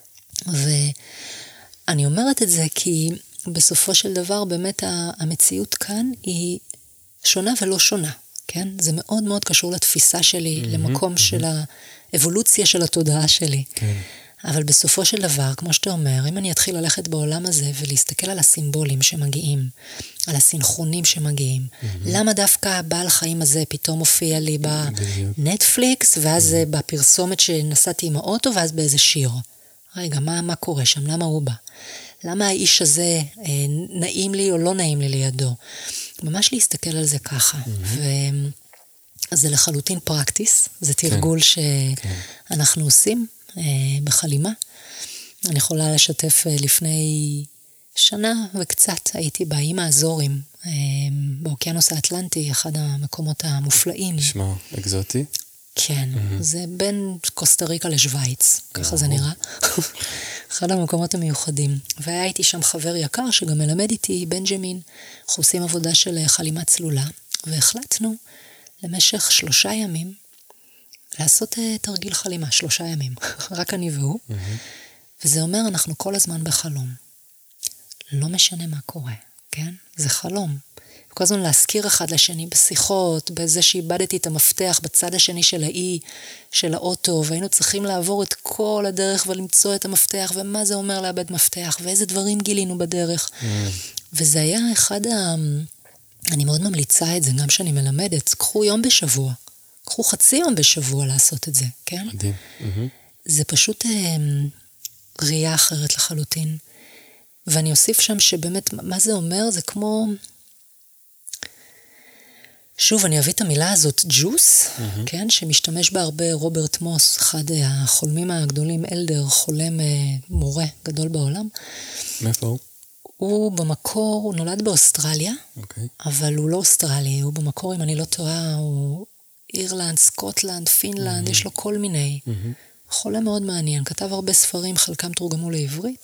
ואני אומרת את זה כי בסופו של דבר באמת המציאות כאן היא שונה ולא שונה. כן? זה מאוד מאוד קשור לתפיסה שלי, למקום של האבולוציה של התודעה שלי. כן. אבל בסופו של דבר, כמו שאתה אומר, אם אני אתחיל ללכת בעולם הזה ולהסתכל על הסימבולים שמגיעים, על הסינכרונים שמגיעים, למה דווקא הבעל חיים הזה פתאום הופיע לי בנטפליקס, ואז בפרסומת שנסעתי עם האוטו, ואז באיזה שיר. רגע, מה קורה שם? למה הוא בא? למה האיש הזה נעים לי או לא נעים לי לידו? ממש להסתכל על זה ככה. וזה לחלוטין פרקטיס, זה תרגול שאנחנו עושים בחלימה. אני יכולה לשתף לפני שנה וקצת, הייתי באיים האזורים, באוקיינוס האטלנטי, אחד המקומות המופלאים. נשמע אקזוטי. כן, זה בין קוסטה ריקה לשוויץ, ככה זה נראה. אחד המקומות המיוחדים. והיה איתי שם חבר יקר שגם מלמד איתי, בנג'מין, אנחנו עושים עבודה של חלימה צלולה, והחלטנו למשך 3 ימים לעשות תרגיל חלימה, 3 ימים, רק אני והוא. וזה אומר, אנחנו כל הזמן בחלום. לא משנה מה קורה, כן? זה חלום. כל הזמן להזכיר אחד לשני בשיחות, בזה שאיבדתי את המפתח בצד השני של האי, של האוטו, והיינו צריכים לעבור את כל הדרך ולמצוא את המפתח, ומה זה אומר לאבד מפתח, ואיזה דברים גילינו בדרך. וזה היה אני מאוד ממליצה את זה, גם שאני מלמדת, קחו יום בשבוע, קחו חצי יום בשבוע לעשות את זה, כן? מדהים. זה פשוט ראייה אחרת לחלוטין. ואני אוסיף שם שבאמת, מה זה אומר? זה כמו... שוב, אני אביא את המילה הזאת, ג'וס, כן? שמשתמש בה הרבה רוברט מוס, אחד החולמים הגדולים, אלדר, חולם מורה גדול בעולם. מאיפה הוא? הוא במקור, הוא נולד באוסטרליה, אבל הוא לא אוסטרלי, הוא במקור, אם אני לא טועה, הוא אירלנד, סקוטלנד, פינלנד, יש לו כל מיני. חולם מאוד מעניין, כתב הרבה ספרים, חלקם תורגמו לעברית.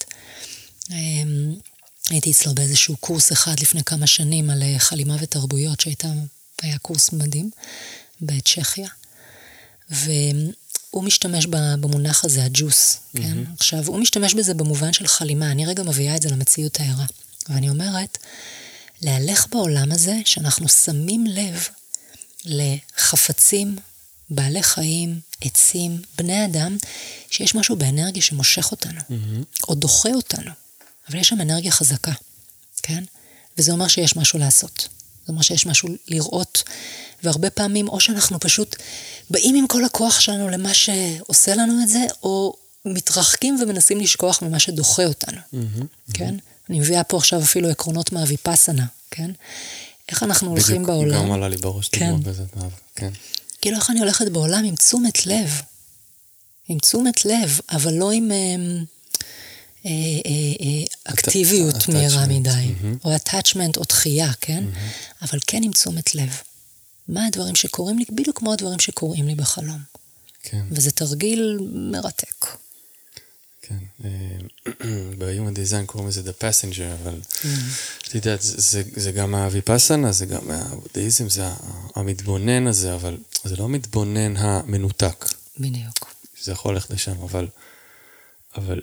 הייתי אצלו באיזשהו קורס אחד לפני כמה שנים על חלימה ותרבויות, היה קורס מדהים בצ'כיה, והוא משתמש במונח הזה, הג'וס, כן? עכשיו, הוא משתמש בזה במובן של חלימה, אני רגע מביאה את זה למציאות הערה, ואני אומרת, להלך בעולם הזה, שאנחנו שמים לב לחפצים, בעלי חיים, עצים, בני אדם, שיש משהו באנרגיה שמושך אותנו, או דוחה אותנו, אבל יש שם אנרגיה חזקה, כן? וזה אומר שיש משהו לעשות. זאת אומרת שיש משהו לראות, והרבה פעמים או שאנחנו פשוט באים עם כל הכוח שלנו למה שעושה לנו את זה, או מתרחקים ומנסים לשכוח ממה שדוחה אותנו, כן? אני מביאה פה עכשיו אפילו עקרונות מהוויפאסנה, כן? איך אנחנו הולכים בעולם? בדיוק, גם עלה לי בראש דוגמה כזה, כן. כאילו איך אני הולכת בעולם עם תשומת לב, אבל לא עם... אקטיביות מהירה מדי, או attachment או דחייה, כן? אבל כן עם תשומת לב. מה הדברים שקורים לי? בדיוק כמו הדברים שקורים לי בחלום. כן. וזה תרגיל מרתק. כן. ב-Human Design קוראים לזה The Passenger, אבל את יודעת, זה גם הוויפאסנה, זה גם הבודהיזם, זה המתבונן הזה, אבל זה לא המתבונן המנותק. בדיוק. זה יכול ללכת לשם, אבל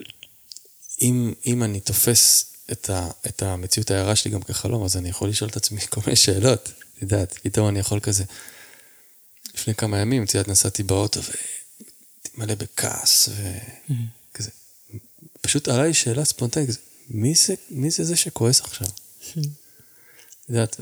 אם אני תופס את המציאות ההערה שלי גם כחלום, אז אני יכול לשאול את עצמי כל מיני שאלות, את יודעת, פתאום אני יכול כזה, לפני כמה ימים, את יודעת, נסעתי באוטו ומלא בכעס וכזה, פשוט עליי שאלה ספונטנית, מי זה שכועס עכשיו? את יודעת,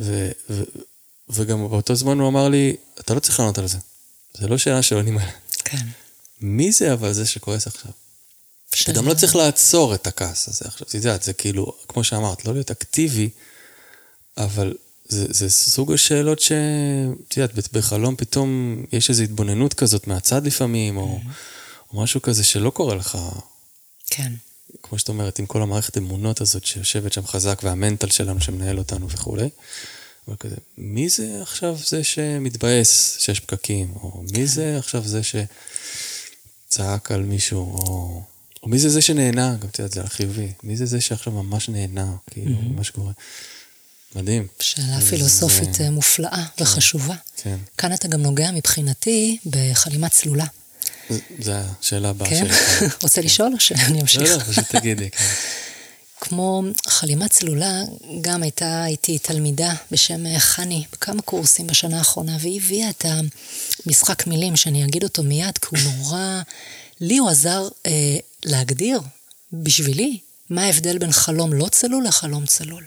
וגם באותו זמן הוא אמר לי, אתה לא צריך לענות על זה, זה לא שאלה שעונים עליה. כן. מי זה אבל זה שכועס עכשיו? אתה גם לא צריך לעצור את הכעס הזה עכשיו, את יודעת, זה כאילו, כמו שאמרת, לא להיות אקטיבי, אבל זה סוג השאלות את יודעת, בחלום פתאום יש איזו התבוננות כזאת מהצד לפעמים, או משהו כזה שלא קורה לך. כן. כמו שאת אומרת, עם כל המערכת אמונות הזאת שיושבת שם חזק, והמנטל שלנו שמנהל אותנו וכו'. אבל כזה, מי זה עכשיו זה שמתבאס שיש פקקים, או מי זה עכשיו זה שצעק על מישהו, או מי זה שנהנה, גם תדעת, זה החיובי, מי זה שעכשיו ממש נהנה, כאילו, מה שקורה. מדהים. שאלה פילוסופית מופלאה וחשובה. כן. כאן אתה גם נוגע מבחינתי בחלימה צלולה. זו השאלה הבאה כן? רוצה לשאול או שאני אמשיך? לא, פשוט תגידי, כן. כמו חלימה צלולה, גם הייתה איתי תלמידה בשם חני, בכמה קורסים בשנה האחרונה, והיא הביאה את המשחק מילים, שאני אגיד אותו מיד, כי הוא נורא, לי הוא עזר להגדיר בשבילי, מה ההבדל בין חלום לא צלול לחלום צלול.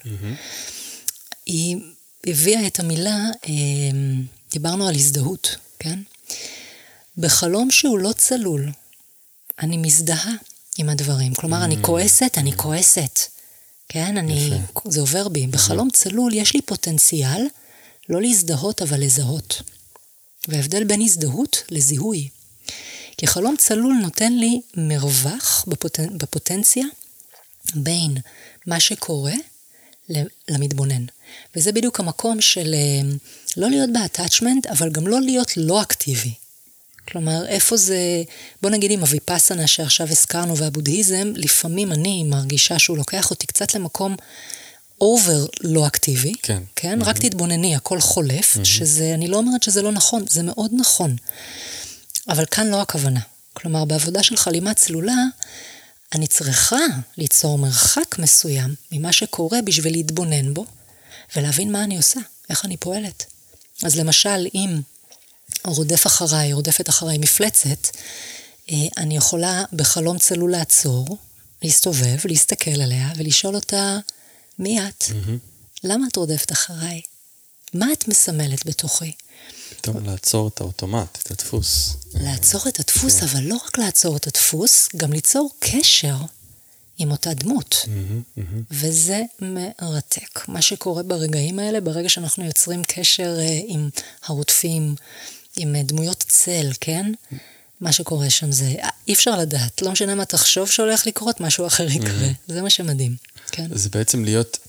היא הביאה את המילה, דיברנו על הזדהות, כן? בחלום שהוא לא צלול, אני מזדהה עם הדברים. כלומר, אני כועסת, כן? זה עובר בי. בחלום צלול יש לי פוטנציאל, לא להזדהות, אבל לזהות. וההבדל בין הזדהות לזיהוי. כי חלום צלול נותן לי מרווח בפוטנציה בין מה שקורה למתבונן. וזה בדיוק המקום של לא להיות באטאצ'מנט, אבל גם לא להיות לא אקטיבי. כלומר, איפה זה, בוא נגיד עם הוויפאסנה שעכשיו הזכרנו והבודהיזם, לפעמים אני מרגישה שהוא לוקח אותי קצת למקום אובר לא אקטיבי, כן. כן? רק תתבונני, הכל חולף, שזה, אני לא אומרת שזה לא נכון, זה מאוד נכון. אבל כאן לא הכוונה. כלומר, בעבודה של חלימה צלולה, אני צריכה ליצור מרחק מסוים ממה שקורה בשביל להתבונן בו, ולהבין מה אני עושה, איך אני פועלת. אז למשל, אם רודפת אחריי מפלצת, אני יכולה בחלום צלול לעצור, להסתובב, להסתכל עליה, ולשאול אותה, מי את? למה את רודפת אחריי? מה את מסמלת בתוכי? פתאום לעצור את האוטומט, את הדפוס. לעצור את הדפוס, אבל לא רק לעצור את הדפוס, גם ליצור קשר עם אותה דמות. וזה מרתק. מה שקורה ברגעים האלה, ברגע שאנחנו יוצרים קשר עם הרודפים, עם דמויות צל, כן? מה שקורה שם זה, אי אפשר לדעת, לא משנה מה תחשוב שהולך לקרות, משהו אחר יקרה. זה מה שמדהים, כן? זה בעצם להיות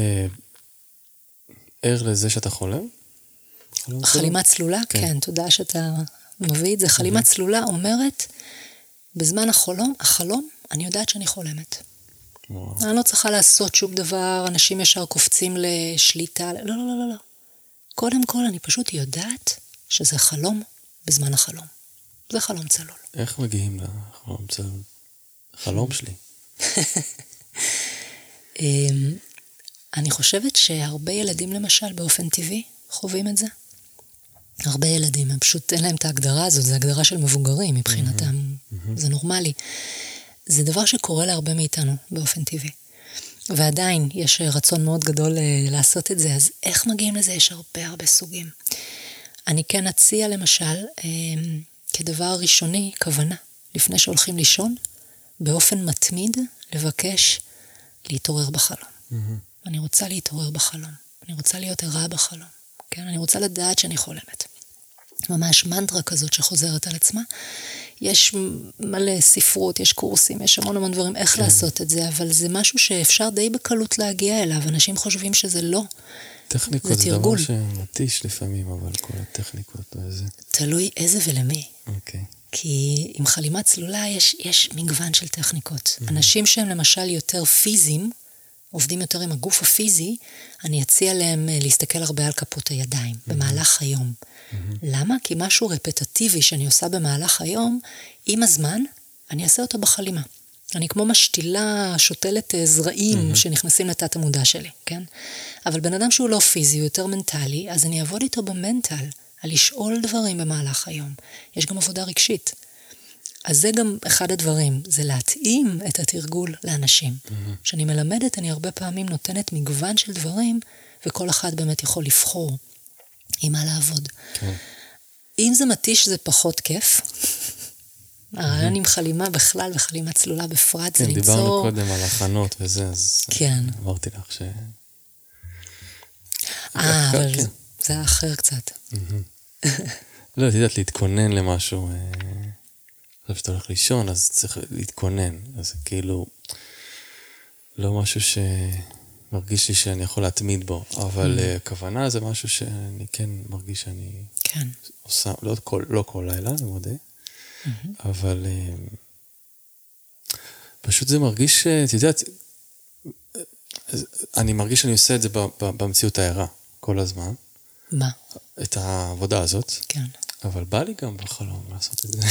ער לזה שאתה חולם? חלימה צלולה, כן, תודה שאתה מביא את זה. חלימה צלולה אומרת, בזמן החלום, אני יודעת שאני חולמת. אני לא צריכה לעשות שום דבר, אנשים ישר קופצים לשליטה, לא. קודם כל, אני פשוט יודעת שזה חלום בזמן החלום. זה חלום צלול. איך מגיעים לחלום צלול? חלום שלי. אני חושבת שהרבה ילדים למשל באופן טבעי חווים את זה. הרבה ילדים, הם פשוט אין להם את ההגדרה הזאת, זה הגדרה של מבוגרים מבחינתם, זה נורמלי. זה דבר שקורה להרבה מאיתנו באופן טבעי. ועדיין יש רצון מאוד גדול לעשות את זה, אז איך מגיעים לזה? יש הרבה סוגים. אני כן אציע למשל, כדבר ראשוני, כוונה, לפני שהולכים לישון, באופן מתמיד לבקש להתעורר בחלום. אני רוצה להתעורר בחלום. אני רוצה להיות ערה בחלום. כן? אני רוצה לדעת שאני חולמת. ממש מנטרה כזאת שחוזרת על עצמה. יש מלא ספרות, יש קורסים, יש המון דברים איך לעשות את זה, אבל זה משהו שאפשר די בקלות להגיע אליו. אנשים חושבים שזה לא. טכניקות זה דבר תרגול. שמתיש לפעמים, אבל כל הטכניקות וזה. תלוי איזה ולמי. אוקיי. כי עם חלימה צלולה יש מגוון של טכניקות. אנשים שהם למשל יותר פיזיים, עובדים יותר עם הגוף הפיזי, אני אציע להם להסתכל הרבה על כפות הידיים, במהלך היום. למה? כי משהו רפטטיבי שאני עושה במהלך היום, עם הזמן, אני אעשה אותו בחלימה. אני כמו משתילה, שותלת זרעים שנכנסים לתת המודע שלי, כן? אבל בן אדם שהוא לא פיזי, הוא יותר מנטלי, אז אני אעבוד איתו במנטל, על לשאול דברים במהלך היום. יש גם עבודה רגשית. אז זה גם אחד הדברים, זה להתאים את התרגול לאנשים. כשאני מלמדת, אני הרבה פעמים נותנת מגוון של דברים, וכל אחד באמת יכול לבחור עם מה לעבוד. כן. אם זה מתיש, זה פחות כיף. הרעיון עם חלימה בכלל וחלימה צלולה בפרט, זה כן, למצוא... דיברנו קודם על הכנות וזה, אז כן. אמרתי לך ש... אבל כן. זה היה אחר קצת. לא, את יודעת, להתכונן למשהו, עכשיו שאתה הולך לישון, אז צריך להתכונן, אז זה כאילו לא משהו שמרגיש לי שאני יכול להתמיד בו, אבל הכוונה זה משהו שאני כן מרגיש שאני כן. עושה, לא כל לילה, אני מודה, אבל פשוט זה מרגיש, את יודעת, אני מרגיש שאני עושה את זה במציאות הערה כל הזמן. מה? את העבודה הזאת. כן. אבל בא לי גם בחלום לעשות את זה.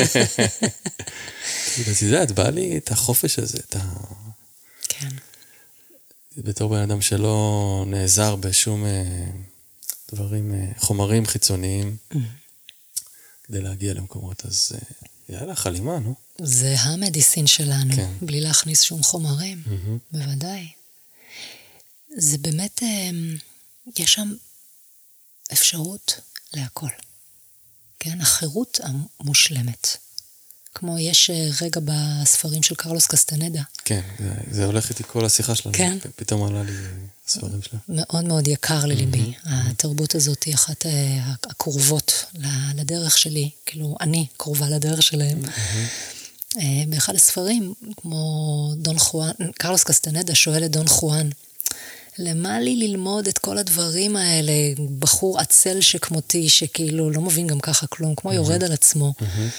את יודעת, בא לי את החופש הזה, את ה... כן. בתור בן אדם שלא נעזר בשום דברים, חומרים חיצוניים, כדי להגיע למקומות, אז יאללה, חלימה, נו. זה המדיסין שלנו, כן. בלי להכניס שום חומרים, בוודאי. זה באמת, יש שם אפשרות להכל. כן, החירות המושלמת. כמו יש רגע בספרים של קרלוס קסטנדה. כן, זה הולך איתי כל השיחה שלנו. כן. פתאום עלה לי ספרים שלה. מאוד מאוד יקר לליבי. התרבות הזאת היא אחת הקרובות לדרך שלי. כאילו, אני קרובה לדרך שלהם. באחד הספרים, כמו דון חואן, קרלוס קסטנדה שואל את דון חואן, למה לי ללמוד את כל הדברים האלה, בחור עצל שכמותי, שכאילו לא מבין גם ככה כלום, כמו יורד על עצמו.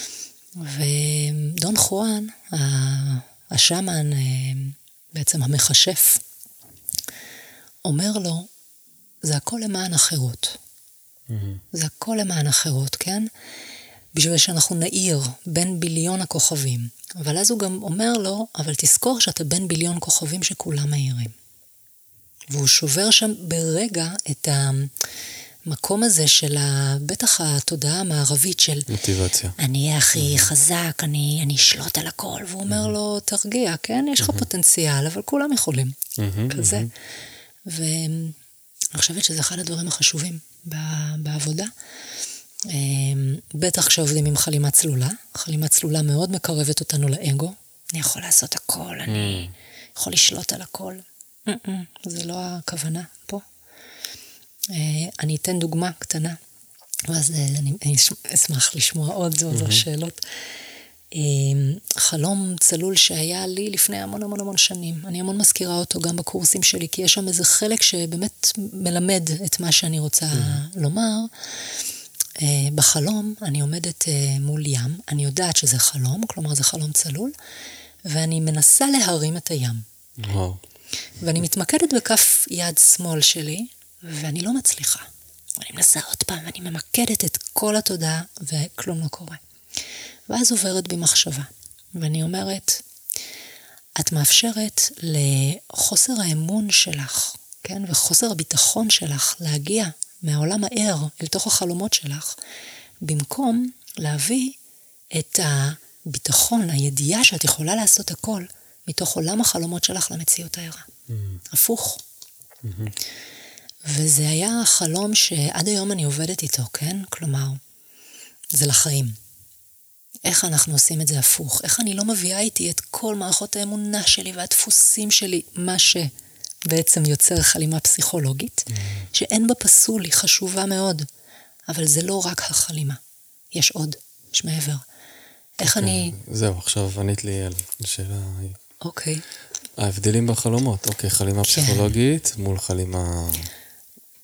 ודון חואן, השמן, בעצם המחשף, אומר לו, זה הכל למען החירות. זה הכל למען החירות, כן? בשביל שאנחנו נעיר בין ביליון הכוכבים. אבל אז הוא גם אומר לו, אבל תזכור שאתה בין ביליון כוכבים שכולם מאירים. והוא שובר שם ברגע את המקום הזה של בטח התודעה המערבית של... מוטיבציה. אני אהיה הכי חזק, אני אשלוט על הכל. והוא אומר לו, תרגיע, כן? יש לך פוטנציאל, אבל כולם יכולים. כזה. ואני חושבת שזה אחד הדברים החשובים בעבודה. בטח כשעובדים עם חלימה צלולה. חלימה צלולה מאוד מקרבת אותנו לאגו. אני יכול לעשות הכל, אני יכול לשלוט על הכל. זה לא הכוונה פה. אני אתן דוגמה קטנה, ואז אני אשמח לשמוע עוד זו שאלות. חלום צלול שהיה לי לפני המון שנים. אני המון מזכירה אותו גם בקורסים שלי, כי יש שם איזה חלק שבאמת מלמד את מה שאני רוצה לומר. בחלום אני עומדת מול ים, אני יודעת שזה חלום, כלומר זה חלום צלול, ואני מנסה להרים את הים. וואו. ואני מתמקדת בכף יד שמאל שלי, ואני לא מצליחה. אני מנסה עוד פעם, ואני ממקדת את כל התודעה, וכלום לא קורה. ואז עוברת בי מחשבה, ואני אומרת, את מאפשרת לחוסר האמון שלך, כן? וחוסר הביטחון שלך להגיע מהעולם הער אל תוך החלומות שלך, במקום להביא את הביטחון, הידיעה שאת יכולה לעשות הכל, מתוך עולם החלומות שלך למציאות הערה. הפוך. וזה היה חלום שעד היום אני עובדת איתו, כן? כלומר, זה לחיים. איך אנחנו עושים את זה הפוך? איך אני לא מביאה איתי את כל מערכות האמונה שלי והדפוסים שלי, מה שבעצם יוצר חלימה פסיכולוגית, שאין בה פסול, היא חשובה מאוד, אבל זה לא רק החלימה. יש עוד, יש מעבר. איך אני... זהו, עכשיו ענית לי על השאלה... אוקיי. ההבדלים בחלומות, אוקיי, חלימה פסיכולוגית מול חלימה...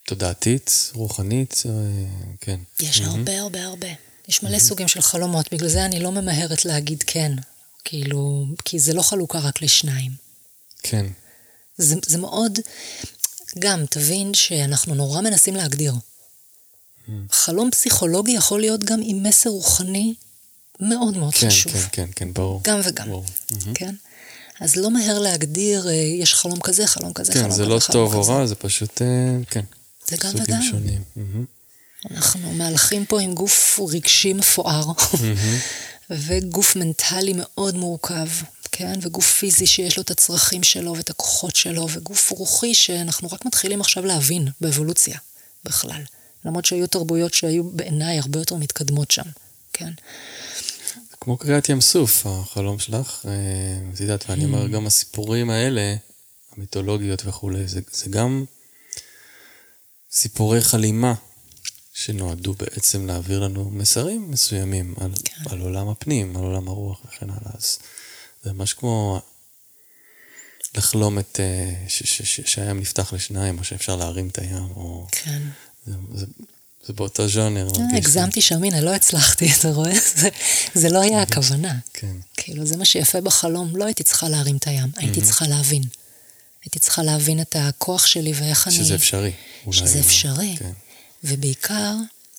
תודעתית, רוחנית, כן. יש הרבה הרבה הרבה. יש מלא סוגים של חלומות, בגלל זה אני לא ממהרת להגיד כן. כאילו, כי זה לא חלוקה רק לשניים. כן. זה מאוד, גם תבין שאנחנו נורא מנסים להגדיר. חלום פסיכולוגי יכול להיות גם עם מסר רוחני מאוד מאוד חשוב. כן, ברור. גם וגם, כן? אז לא מהר להגדיר, יש חלום כזה, חלום כזה, חלום כזה, כן, זה לא טוב או רע, זה פשוט, כן. זה גם וגם. אנחנו מהלכים פה עם גוף רגשי מפואר, וגוף מנטלי מאוד מורכב, כן? וגוף פיזי שיש לו את הצרכים שלו ואת הכוחות שלו, וגוף רוחי שאנחנו רק מתחילים עכשיו להבין באבולוציה בכלל. למרות שהיו תרבויות שהיו בעיניי הרבה יותר מתקדמות שם, כן? כמו קריאת ים סוף, החלום שלך, את יודעת, ואני אומר, גם הסיפורים האלה, המיתולוגיות וכו', זה גם סיפורי חלימה, שנועדו בעצם להעביר לנו מסרים מסוימים על עולם הפנים, על עולם הרוח וכן הלאה. אז זה ממש כמו לחלום את, שהים נפתח לשניים, או שאפשר להרים את הים, או... כן. זה באותו ז'אנר. הגזמתי שם, הנה, לא הצלחתי, אתה רואה? זה לא היה הכוונה. כן. כאילו, זה מה שיפה בחלום. לא הייתי צריכה להרים את הים, הייתי צריכה להבין. הייתי צריכה להבין את הכוח שלי ואיך אני... שזה אפשרי. שזה אפשרי. כן. ובעיקר,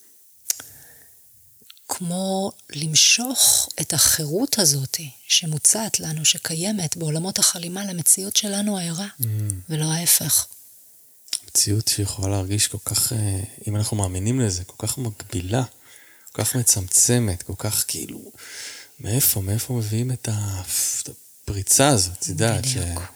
כמו למשוך את החירות הזאת שמוצעת לנו, שקיימת בעולמות החלימה למציאות שלנו הערה, ולא ההפך. מציאות שיכולה להרגיש כל כך, אם אנחנו מאמינים לזה, כל כך מגבילה, כל כך מצמצמת, כל כך כאילו, מאיפה מביאים את הפריצה הזאת, יודעת,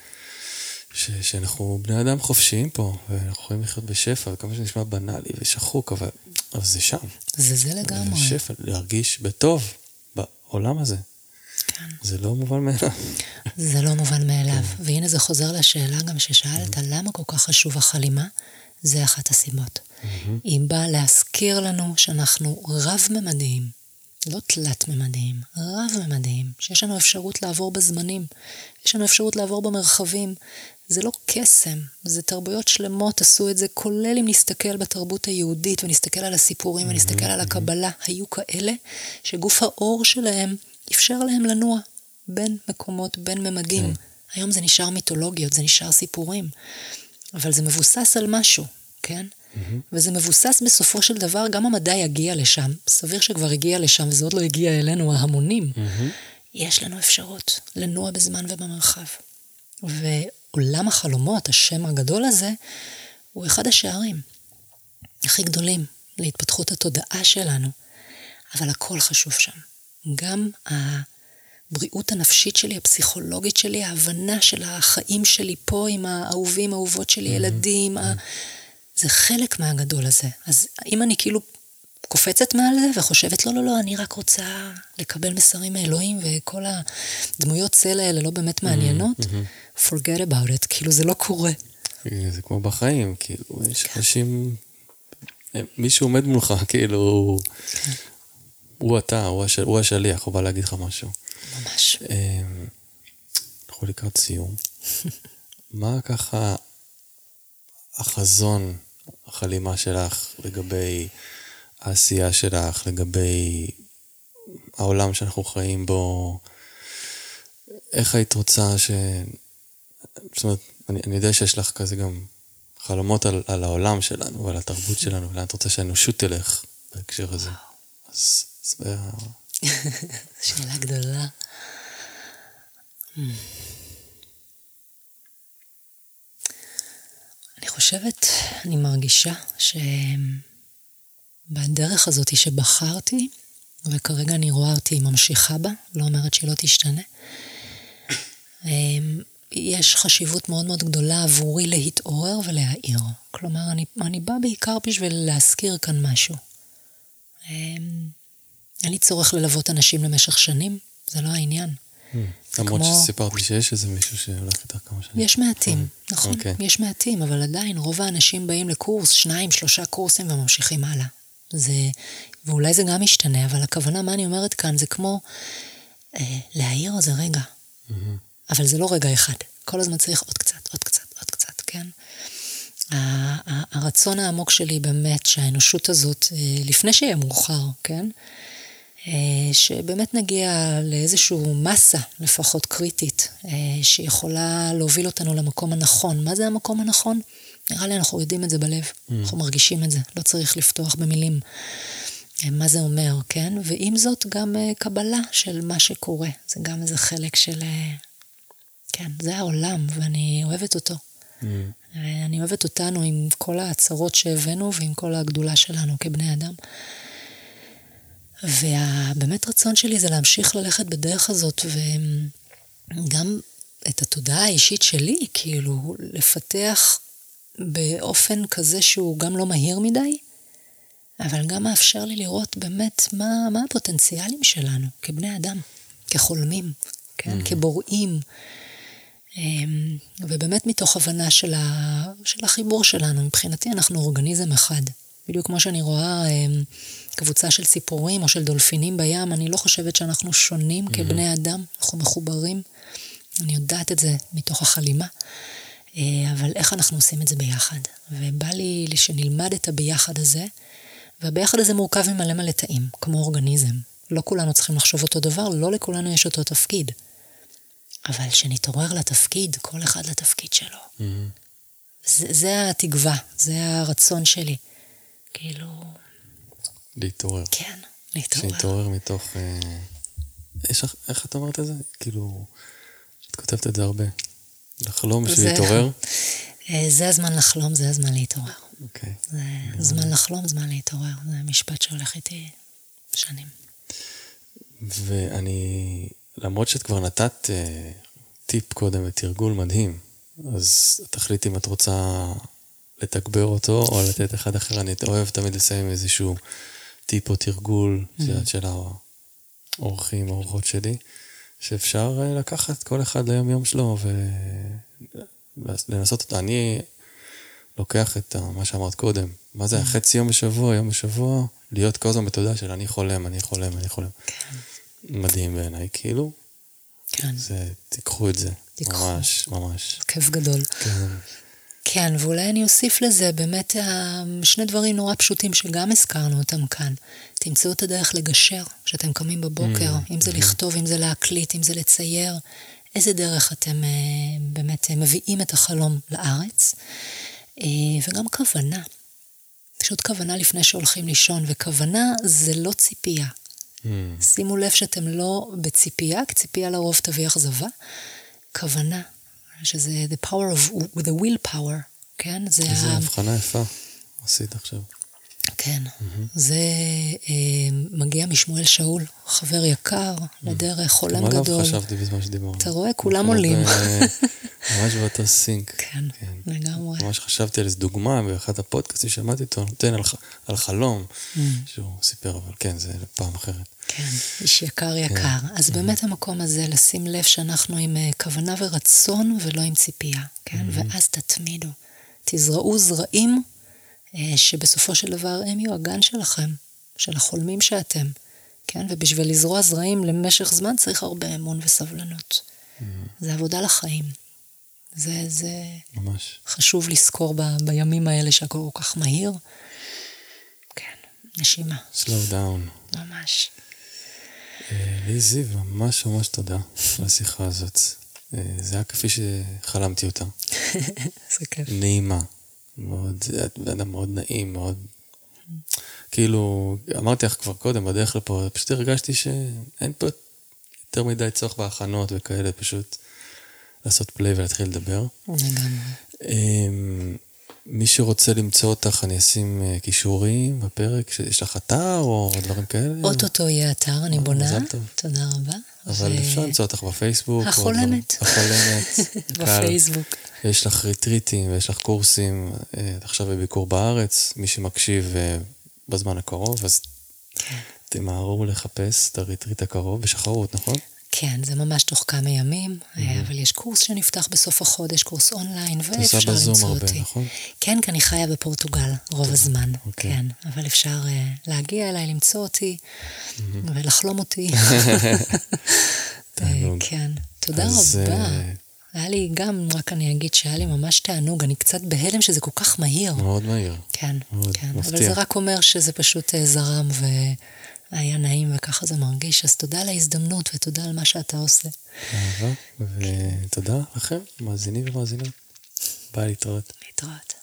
שאנחנו בני אדם חופשיים פה, ואנחנו יכולים לחיות בשפע, וכמה שנשמע בנאלי ושחוק, אבל זה שם. זה לגמרי. שפע, להרגיש בטוב בעולם הזה. כן. זה לא מובן מאליו. זה לא מובן מאליו. והנה זה חוזר לשאלה גם ששאלת, למה כל כך חשוב החלימה? זה אחת הסיבות. היא באה להזכיר לנו שאנחנו רב-ממדיים, לא תלת-ממדיים, רב-ממדיים, שיש לנו אפשרות לעבור בזמנים, יש לנו אפשרות לעבור במרחבים. זה לא קסם, זה תרבויות שלמות עשו את זה, כולל אם נסתכל בתרבות היהודית, ונסתכל על הסיפורים, ונסתכל על הקבלה, היו כאלה שגוף האור שלהם אפשר להם לנוע בין מקומות, בין ממדים. היום זה נשאר מיתולוגיות, זה נשאר סיפורים, אבל זה מבוסס על משהו, כן? וזה מבוסס בסופו של דבר, גם המדע יגיע לשם, סביר שכבר הגיע לשם, וזה עוד לא הגיע אלינו, ההמונים. יש לנו אפשרות לנוע בזמן ובמרחב. ועולם החלומות, השם הגדול הזה, הוא אחד השערים הכי גדולים להתפתחות התודעה שלנו, אבל הכל חשוב שם. גם הבריאות הנפשית שלי, הפסיכולוגית שלי, ההבנה של החיים שלי פה עם האהובים, האהובות שלי, ילדים, זה חלק מהגדול הזה. אז אם אני כאילו קופצת מעל זה וחושבת, לא, אני רק רוצה לקבל מסרים מאלוהים, וכל הדמויות צל האלה לא באמת מעניינות, forget about it, כאילו זה לא קורה. זה כמו בחיים, כאילו, יש אנשים, מישהו עומד מולך, כאילו, הוא אתה, הוא השליח, הוא בא להגיד לך משהו. ממש. אנחנו לקראת סיום. מה ככה החזון, החלימה שלך לגבי העשייה שלך, לגבי העולם שאנחנו חיים בו, איך היית רוצה זאת אומרת, אני יודע שיש לך כזה גם חלומות על העולם שלנו ועל התרבות שלנו, ולאן את רוצה שהאנושות תלך בהקשר הזה. אז שאלה גדולה. אני חושבת, אני מרגישה שבדרך הזאת שבחרתי, וכרגע אני רואה אותי ממשיכה בה, לא אומרת שהיא לא תשתנה, יש חשיבות מאוד מאוד גדולה עבורי להתעורר ולהעיר. כלומר, אני באה בעיקר בשביל להזכיר כאן משהו. אין לי צורך ללוות אנשים למשך שנים, זה לא העניין. למרות שסיפרת לי שיש איזה מישהו שהולך איתך כמה שנים. יש מעטים, נכון, יש מעטים, אבל עדיין רוב האנשים באים לקורס, 2-3 קורסים וממשיכים הלאה. ואולי זה גם משתנה, אבל הכוונה, מה אני אומרת כאן, זה כמו להעיר זה רגע. אבל זה לא רגע אחד. כל הזמן צריך עוד קצת, עוד קצת, עוד קצת, כן? הרצון העמוק שלי באמת שהאנושות הזאת, לפני שיהיה מאוחר, כן? שבאמת נגיע לאיזשהו מסה, לפחות קריטית, שיכולה להוביל אותנו למקום הנכון. מה זה המקום הנכון? נראה לי אנחנו יודעים את זה בלב, אנחנו מרגישים את זה, לא צריך לפתוח במילים מה זה אומר, כן? ועם זאת גם קבלה של מה שקורה, זה גם איזה חלק של, כן, זה העולם, ואני אוהבת אותו. אני אוהבת אותנו עם כל הצרות שהבאנו, ועם כל הגדולה שלנו כבני אדם. והבאמת רצון שלי זה להמשיך ללכת בדרך הזאת, וגם את התודעה האישית שלי, כאילו, לפתח באופן כזה שהוא גם לא מהיר מדי, אבל גם מאפשר לי לראות באמת מה הפוטנציאלים שלנו, כבני אדם, כחולמים, כן? כבוראים, ובאמת מתוך הבנה של החיבור שלנו, מבחינתי אנחנו אורגניזם אחד, בדיוק כמו שאני רואה קבוצה של ציפורים או של דולפינים בים, אני לא חושבת שאנחנו שונים כבני אדם, אנחנו מחוברים, אני יודעת את זה מתוך החלימה, אבל איך אנחנו עושים את זה ביחד? ובא לי שנלמד את הביחד הזה, והביחד הזה מורכב ממלא מלא תאים, כמו אורגניזם. לא כולנו צריכים לחשוב אותו דבר, לא לכולנו יש אותו תפקיד. אבל שנתעורר לתפקיד, כל אחד לתפקיד שלו. זה התקווה, זה הרצון שלי. כאילו... להתעורר. כן, להתעורר. שנתעורר מתוך... איך את אמרת את זה? כאילו, את כותבת את זה הרבה. לחלום בשביל להתעורר? זה הזמן לחלום, זה הזמן להתעורר. אוקיי. זה זמן לחלום, זמן להתעורר. זה משפט שהולך איתי שנים. ואני... למרות שאת כבר נתת טיפ קודם ותרגול מדהים, אז תחליט אם את רוצה לתגבר אותו או לתת אחד אחר. אני אוהב תמיד לסיים איזשהו טיפ או תרגול של האורחים, האורחות שלי, שאפשר לקחת כל אחד ליום יום שלו ולנסות אותו. אני לוקח את מה שאמרת קודם, מה זה חצי יום בשבוע, יום בשבוע, להיות כל הזמן בתודעה של אני חולם, אני חולם, אני חולם. כן. מדהים בעיניי, כאילו. כן. תיקחו את זה. תיקחו. ממש, ממש. כיף גדול. כן. כן, ואולי אני אוסיף לזה באמת שני דברים נורא פשוטים שגם הזכרנו אותם כאן. תמצאו את הדרך לגשר כשאתם קמים בבוקר, אם זה לכתוב, אם זה להקליט, אם זה לצייר. איזה דרך אתם באמת מביאים את החלום לארץ. וגם כוונה. פשוט כוונה לפני שהולכים לישון, וכוונה זה לא ציפייה. שימו לב שאתם לא בציפייה, כי ציפייה לרוב תביא אכזבה. כוונה, שזה the power of the will power, כן? זה הבחנה יפה, עשית עכשיו. כן, זה מגיע משמואל שאול, חבר יקר, לדרך, חולם גדול. מה עליו חשבתי בזמן שדיברנו? אתה רואה, כולם עולים. ממש באותו סינק. כן, לגמרי. ממש חשבתי על איזו דוגמה, באחד הפודקאסטים שמעתי אותו, נותן על חלום, שהוא סיפר, אבל כן, זה פעם אחרת. כן, איש יקר יקר. אז באמת המקום הזה, לשים לב שאנחנו עם כוונה ורצון, ולא עם ציפייה, כן? ואז תתמידו. תזרעו זרעים, שבסופו של דבר הם יהיו הגן שלכם, של החולמים שאתם, כן? ובשביל לזרוע זרעים למשך זמן צריך הרבה אמון וסבלנות. זה עבודה לחיים. זה ממש. חשוב לזכור בימים האלה שהכל כל כך מהיר. כן, נשימה. slow down. ממש. לי זיו, ממש ממש תודה על השיחה הזאת. זה היה כפי שחלמתי אותה. זה כיף. נעימה. מאוד, אדם מאוד נעים, מאוד... כאילו, אמרתי לך כבר קודם, בדרך לפה, פשוט הרגשתי שאין פה יותר מדי צורך בהכנות וכאלה, פשוט לעשות פליי ולהתחיל לדבר. לגמרי. מי שרוצה למצוא אותך, אני אשים קישורים בפרק, שיש לך אתר או דברים כאלה? אוטוטו יהיה אתר, אני בונה. מזל טוב. תודה רבה. אבל אפשר למצוא אותך בפייסבוק. החולמת. החולמת. בפייסבוק. יש לך ריטריטים ויש לך קורסים, עכשיו בביקור בארץ, מי שמקשיב בזמן הקרוב, אז תמהרו לחפש את הריטריט הקרוב, בשחרות, נכון? כן, זה ממש תוך כמה ימים, אבל יש קורס שנפתח בסוף החודש, קורס אונליין, ואפשר למצוא אותי. בזום הרבה, נכון? כן, כי אני חיה בפורטוגל רוב הזמן, כן, אבל אפשר להגיע אליי, למצוא אותי, ולחלום אותי. כן, תודה רבה. היה לי גם, רק אני אגיד שהיה לי ממש תענוג, אני קצת בהלם שזה כל כך מהיר. מאוד מהיר. כן, מאוד כן. מפתיע. אבל זה רק אומר שזה פשוט זרם והיה נעים וככה זה מרגיש. אז תודה על ההזדמנות ותודה על מה שאתה עושה. אהבה, ותודה לכם, מאזינים ומאזינות. ביי, להתראות. להתראות.